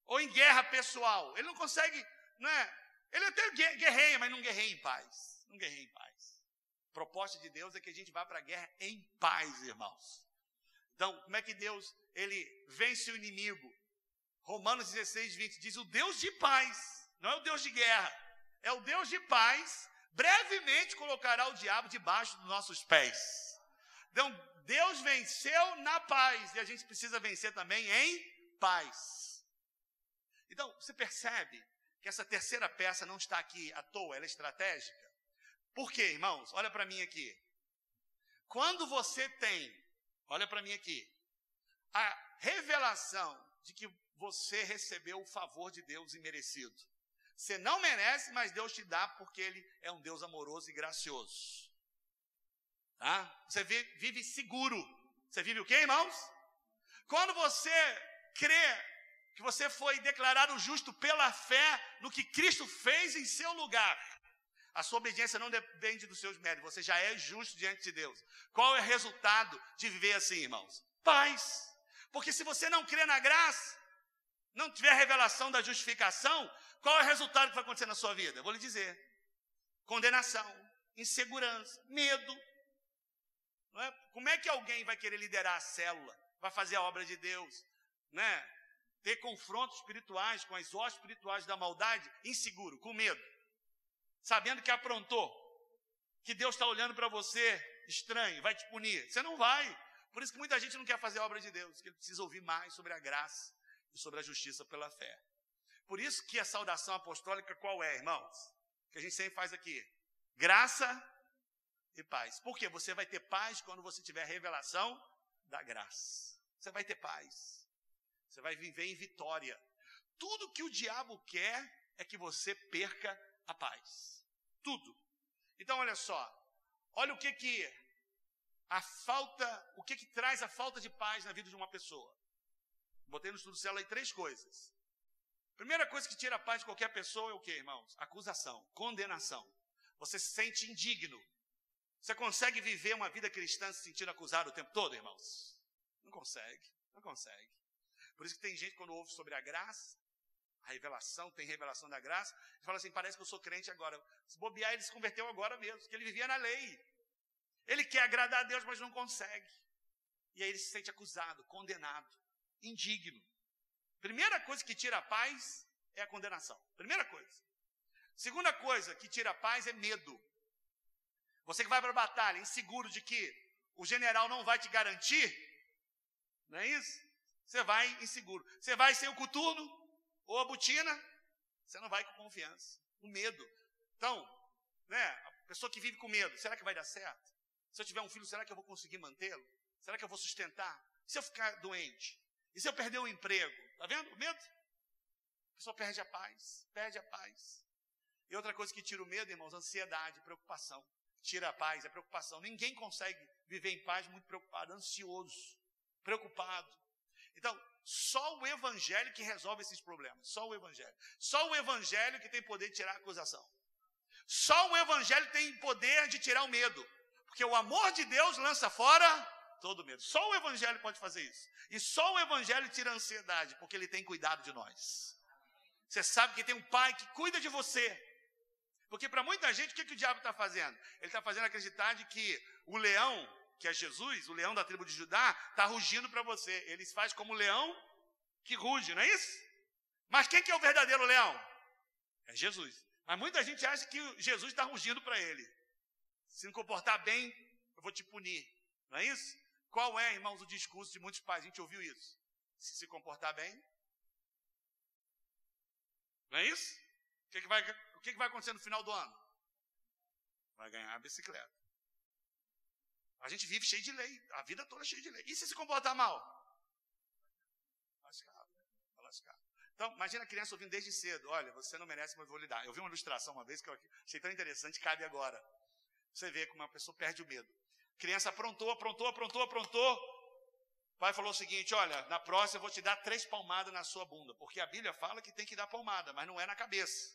ou em guerra pessoal. Ele não consegue, ele até guerreia, mas não guerreia em paz. Não guerreia em paz. A proposta de Deus é que a gente vá para a guerra em paz, irmãos. Então, como é que Deus, ele vence o inimigo? Romanos 16, 20 diz, o Deus de paz, não é o Deus de guerra, é o Deus de paz, brevemente colocará o diabo debaixo dos nossos pés. Então, Deus venceu na paz, e a gente precisa vencer também em paz. Então, você percebe que essa terceira peça não está aqui à toa, ela é estratégica? Por quê, irmãos? Olha para mim aqui. Quando você tem, olha para mim aqui, a revelação de que você recebeu o favor de Deus imerecido. Você não merece, mas Deus te dá porque Ele é um Deus amoroso e gracioso. Tá? Você vive seguro. Você vive o quê, irmãos? Quando você crê que você foi declarado justo pela fé no que Cristo fez em seu lugar, a sua obediência não depende dos seus méritos, você já é justo diante de Deus. Qual é o resultado de viver assim, irmãos? Paz. Porque se você não crê na graça, não tiver a revelação da justificação, qual é o resultado que vai acontecer na sua vida? Eu vou lhe dizer. Condenação, insegurança, medo. Não é? Como é que alguém vai querer liderar a célula, vai fazer a obra de Deus, ter confrontos espirituais com as hostes espirituais da maldade, inseguro, com medo, sabendo que aprontou, que Deus está olhando para você estranho, vai te punir? Você não vai. Por isso que muita gente não quer fazer a obra de Deus, que ele precisa ouvir mais sobre a graça e sobre a justiça pela fé. Por isso que a saudação apostólica qual é, irmãos? Que a gente sempre faz aqui. Graça e paz. Por quê? Você vai ter paz quando você tiver a revelação da graça. Você vai ter paz. Você vai viver em vitória. Tudo que o diabo quer é que você perca a paz. Tudo. Então, olha só. Olha o que traz a falta de paz na vida de uma pessoa. Botei no estudo célula aí 3 coisas. Primeira coisa que tira a paz de qualquer pessoa é o quê, irmãos? Acusação, condenação. Você se sente indigno. Você consegue viver uma vida cristã se sentindo acusado o tempo todo, irmãos? Não consegue, não consegue. Por isso que tem gente quando ouve sobre a graça, a revelação, tem revelação da graça, ele fala assim, parece que eu sou crente agora. Se bobear, ele se converteu agora mesmo, porque ele vivia na lei. Ele quer agradar a Deus, mas não consegue. E aí ele se sente acusado, condenado, indigno. Primeira coisa que tira a paz é a condenação. Primeira coisa. Segunda coisa que tira a paz é medo. Você que vai para a batalha, inseguro de que o general não vai te garantir, não é isso? Você vai inseguro. Você vai sem o coturno ou a botina, você não vai com confiança, com medo. Então, a pessoa que vive com medo, será que vai dar certo? Se eu tiver um filho, será que eu vou conseguir mantê-lo? Será que eu vou sustentar? E se eu ficar doente? E se eu perder o emprego? Está vendo o medo? A pessoa perde a paz, perde a paz. E outra coisa que tira o medo, irmãos, ansiedade, preocupação. Tira a paz, é preocupação. Ninguém consegue viver em paz muito preocupado, ansioso, preocupado. Então, só o evangelho que resolve esses problemas. Só o evangelho. Só o evangelho que tem poder de tirar a acusação. Só o evangelho tem poder de tirar o medo. Porque o amor de Deus lança fora todo medo. Só o evangelho pode fazer isso. E só o evangelho tira a ansiedade, porque ele tem cuidado de nós. Você sabe que tem um pai que cuida de você. Porque para muita gente, o que o diabo está fazendo? Ele está fazendo acreditar de que o leão, que é Jesus, o leão da tribo de Judá, está rugindo para você. Ele faz como o leão que ruge, não é isso? Mas quem que é o verdadeiro leão? É Jesus. Mas muita gente acha que Jesus está rugindo para ele. Se não comportar bem, eu vou te punir. Não é isso? Qual é, irmãos, o discurso de muitos pais? A gente ouviu isso. Se comportar bem. Não é isso? O que vai acontecer no final do ano? Vai ganhar a bicicleta. A gente vive cheio de lei. A vida toda cheia de lei. E se comportar mal? Lascado. Lascado. Então, imagina a criança ouvindo desde cedo. Olha, você não merece, mas eu vou lhe dar. Eu vi uma ilustração uma vez que eu achei tão interessante, cabe agora. Você vê como uma pessoa perde o medo. A criança aprontou. O pai falou o seguinte, olha, na próxima eu vou te dar 3 palmadas na sua bunda. Porque a Bíblia fala que tem que dar palmada, mas não é na cabeça.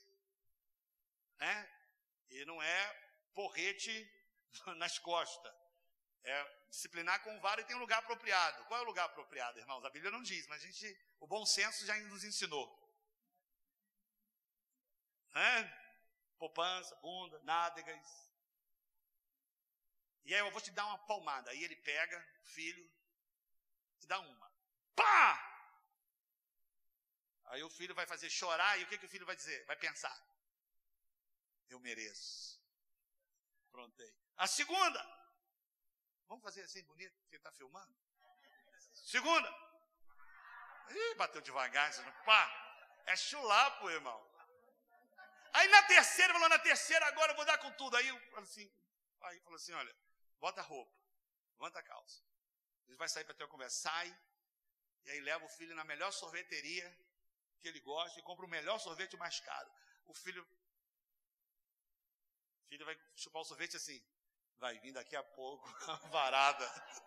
E não é porrete nas costas. É disciplinar com vara e tem um lugar apropriado. Qual é o lugar apropriado, irmãos? A Bíblia não diz, mas o bom senso já nos ensinou. Poupança, bunda, nádegas. E aí eu vou te dar uma palmada. Aí ele pega o filho e dá uma. Pá! Aí o filho vai fazer chorar e o que o filho vai dizer? Vai pensar. Eu mereço. Prontei. A segunda. Vamos fazer assim bonito? Você está filmando? Segunda. Ih, bateu devagar. Pá! É chulapo, irmão. Aí na terceira, falou, na terceira agora eu vou dar com tudo. Aí falou assim, olha, bota a roupa, levanta a calça. Ele vai sair para ter uma conversa. Sai, e aí leva o filho na melhor sorveteria que ele gosta e compra o melhor sorvete mais caro. O filho vai chupar o sorvete assim, vai vir daqui a pouco, varada.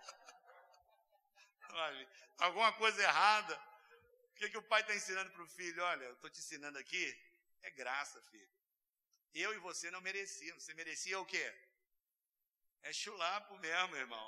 Alguma coisa errada. O que o pai está ensinando para o filho? Olha, eu estou te ensinando aqui, é graça, filho. Eu e você não merecíamos. Você merecia o quê? É chulapo mesmo, irmão.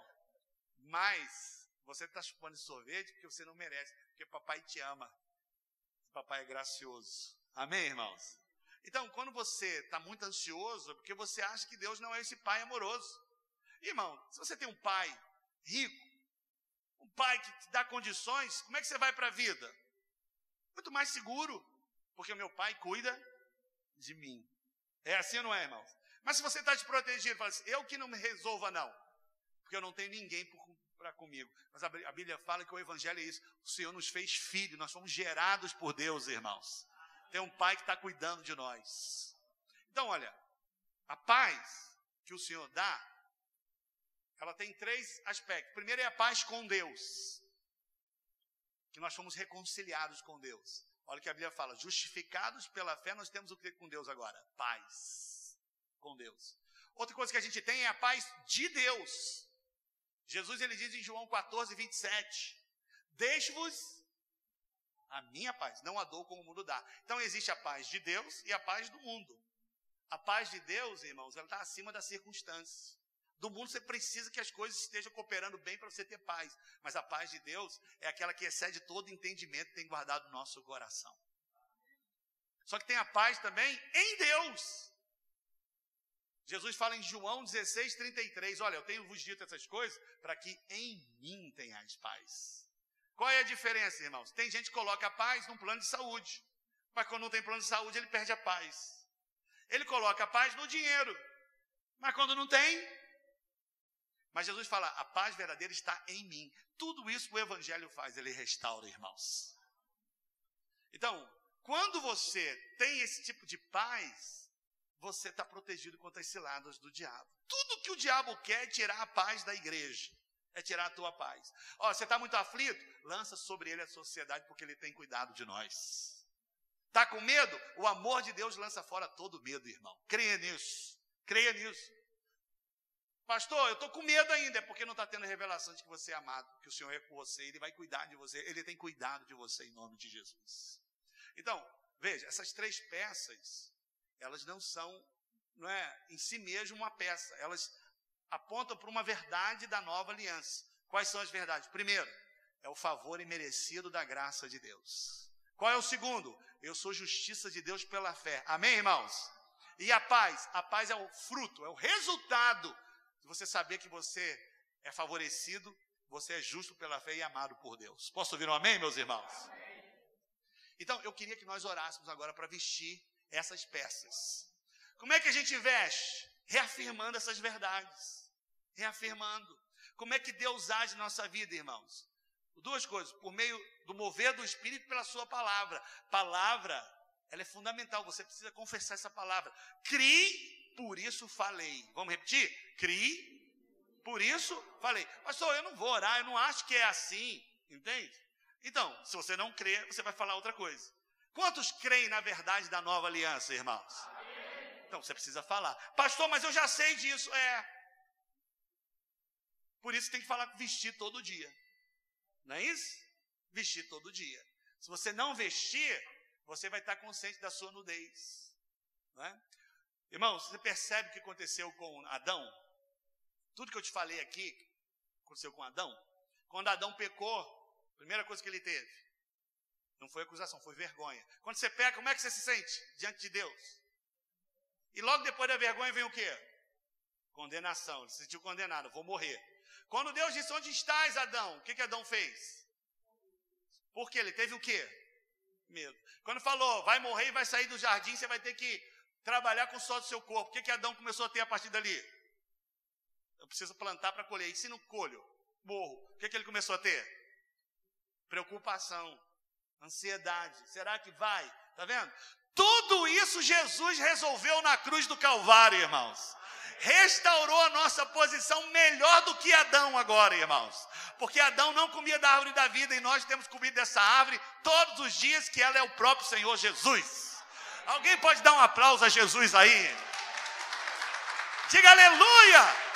Mas você está chupando sorvete porque você não merece, porque papai te ama. Papai é gracioso. Amém, irmãos? Então, quando você está muito ansioso, é porque você acha que Deus não é esse pai amoroso. Irmão, se você tem um pai rico, um pai que te dá condições, como é que você vai para a vida? Muito mais seguro, porque o meu pai cuida de mim. É assim ou não é, irmãos? Mas se você está desprotegido, fala assim, eu que não me resolva não, porque eu não tenho ninguém para comigo. Mas a Bíblia fala que o evangelho é isso. O Senhor nos fez filhos, nós somos gerados por Deus, irmãos. Tem um pai que está cuidando de nós. Então, olha, a paz que o Senhor dá, ela tem 3 aspectos. Primeiro é a paz com Deus, que nós fomos reconciliados com Deus. Olha o que a Bíblia fala, justificados pela fé, nós temos o que com Deus agora? Paz com Deus. Outra coisa que a gente tem é a paz de Deus. Jesus, ele diz em João 14, 27, deixo-vos a minha paz, não a dou como o mundo dá. Então existe a paz de Deus e a paz do mundo. A paz de Deus, irmãos, ela está acima das circunstâncias. Do mundo você precisa que as coisas estejam cooperando bem para você ter paz. Mas a paz de Deus é aquela que excede todo entendimento que tem guardado no nosso coração. Só que tem a paz também em Deus. Jesus fala em João 16, 33, olha, eu tenho vos dito essas coisas para que em mim tenhais paz. Qual é a diferença, irmãos? Tem gente que coloca a paz num plano de saúde, mas quando não tem plano de saúde, ele perde a paz. Ele coloca a paz no dinheiro, mas quando não tem... Mas Jesus fala, a paz verdadeira está em mim. Tudo isso o Evangelho faz, ele restaura, irmãos. Então, quando você tem esse tipo de paz, você está protegido contra as ciladas do diabo. Tudo que o diabo quer é tirar a paz da igreja, é tirar a tua paz. Ó, você está muito aflito? Lança sobre ele a sociedade, porque ele tem cuidado de nós. Está com medo? O amor de Deus lança fora todo medo, irmão. Creia nisso, creia nisso. Pastor, eu estou com medo ainda, é porque não está tendo revelação de que você é amado, que o Senhor é com você, Ele vai cuidar de você, Ele tem cuidado de você em nome de Jesus. Então, veja, essas 3 peças, elas não são, em si mesmo uma peça, elas apontam para uma verdade da nova aliança. Quais são as verdades? Primeiro, é o favor imerecido da graça de Deus. Qual é o segundo? Eu sou justiça de Deus pela fé. Amém, irmãos? E a paz é o fruto, é o resultado de você saber que você é favorecido, você é justo pela fé e amado por Deus. Posso ouvir um amém, meus irmãos? Amém. Então, eu queria que nós orássemos agora para vestir essas peças. Como é que a gente veste? Reafirmando essas verdades. Reafirmando. Como é que Deus age na nossa vida, irmãos? 2 coisas. Por meio do mover do Espírito pela sua palavra. Palavra, ela é fundamental. Você precisa confessar essa palavra. Crie, por isso falei. Vamos repetir? Crie, por isso falei. Pastor, eu não vou orar, eu não acho que é assim. Entende? Então, se você não crê, você vai falar outra coisa. Quantos creem na verdade da nova aliança, irmãos? Então, você precisa falar. Pastor, mas eu já sei disso. Por isso tem que falar, vestir todo dia. Não é isso? Vestir todo dia. Se você não vestir, você vai estar consciente da sua nudez. Não é? Irmãos, você percebe o que aconteceu com Adão? Tudo que eu te falei aqui, aconteceu com Adão? Quando Adão pecou, a primeira coisa que ele teve, não foi acusação, foi vergonha. Quando você peca, como é que você se sente diante de Deus? E logo depois da vergonha vem o quê? Condenação. Ele se sentiu condenado, vou morrer. Quando Deus disse, onde estás, Adão? O que Adão fez? Porque ele teve o quê? Medo. Quando falou, vai morrer e vai sair do jardim, você vai ter que trabalhar com o sol do seu corpo. O que Adão começou a ter a partir dali? Eu preciso plantar para colher. E se não colho, morro. O que ele começou a ter? Preocupação, ansiedade. Será que vai? Está vendo? Tudo isso Jesus resolveu na cruz do Calvário, irmãos. Restaurou a nossa posição melhor do que Adão agora, irmãos. Porque Adão não comia da árvore da vida e nós temos comido dessa árvore todos os dias, que ela é o próprio Senhor Jesus. Alguém pode dar um aplauso a Jesus aí? Diga aleluia!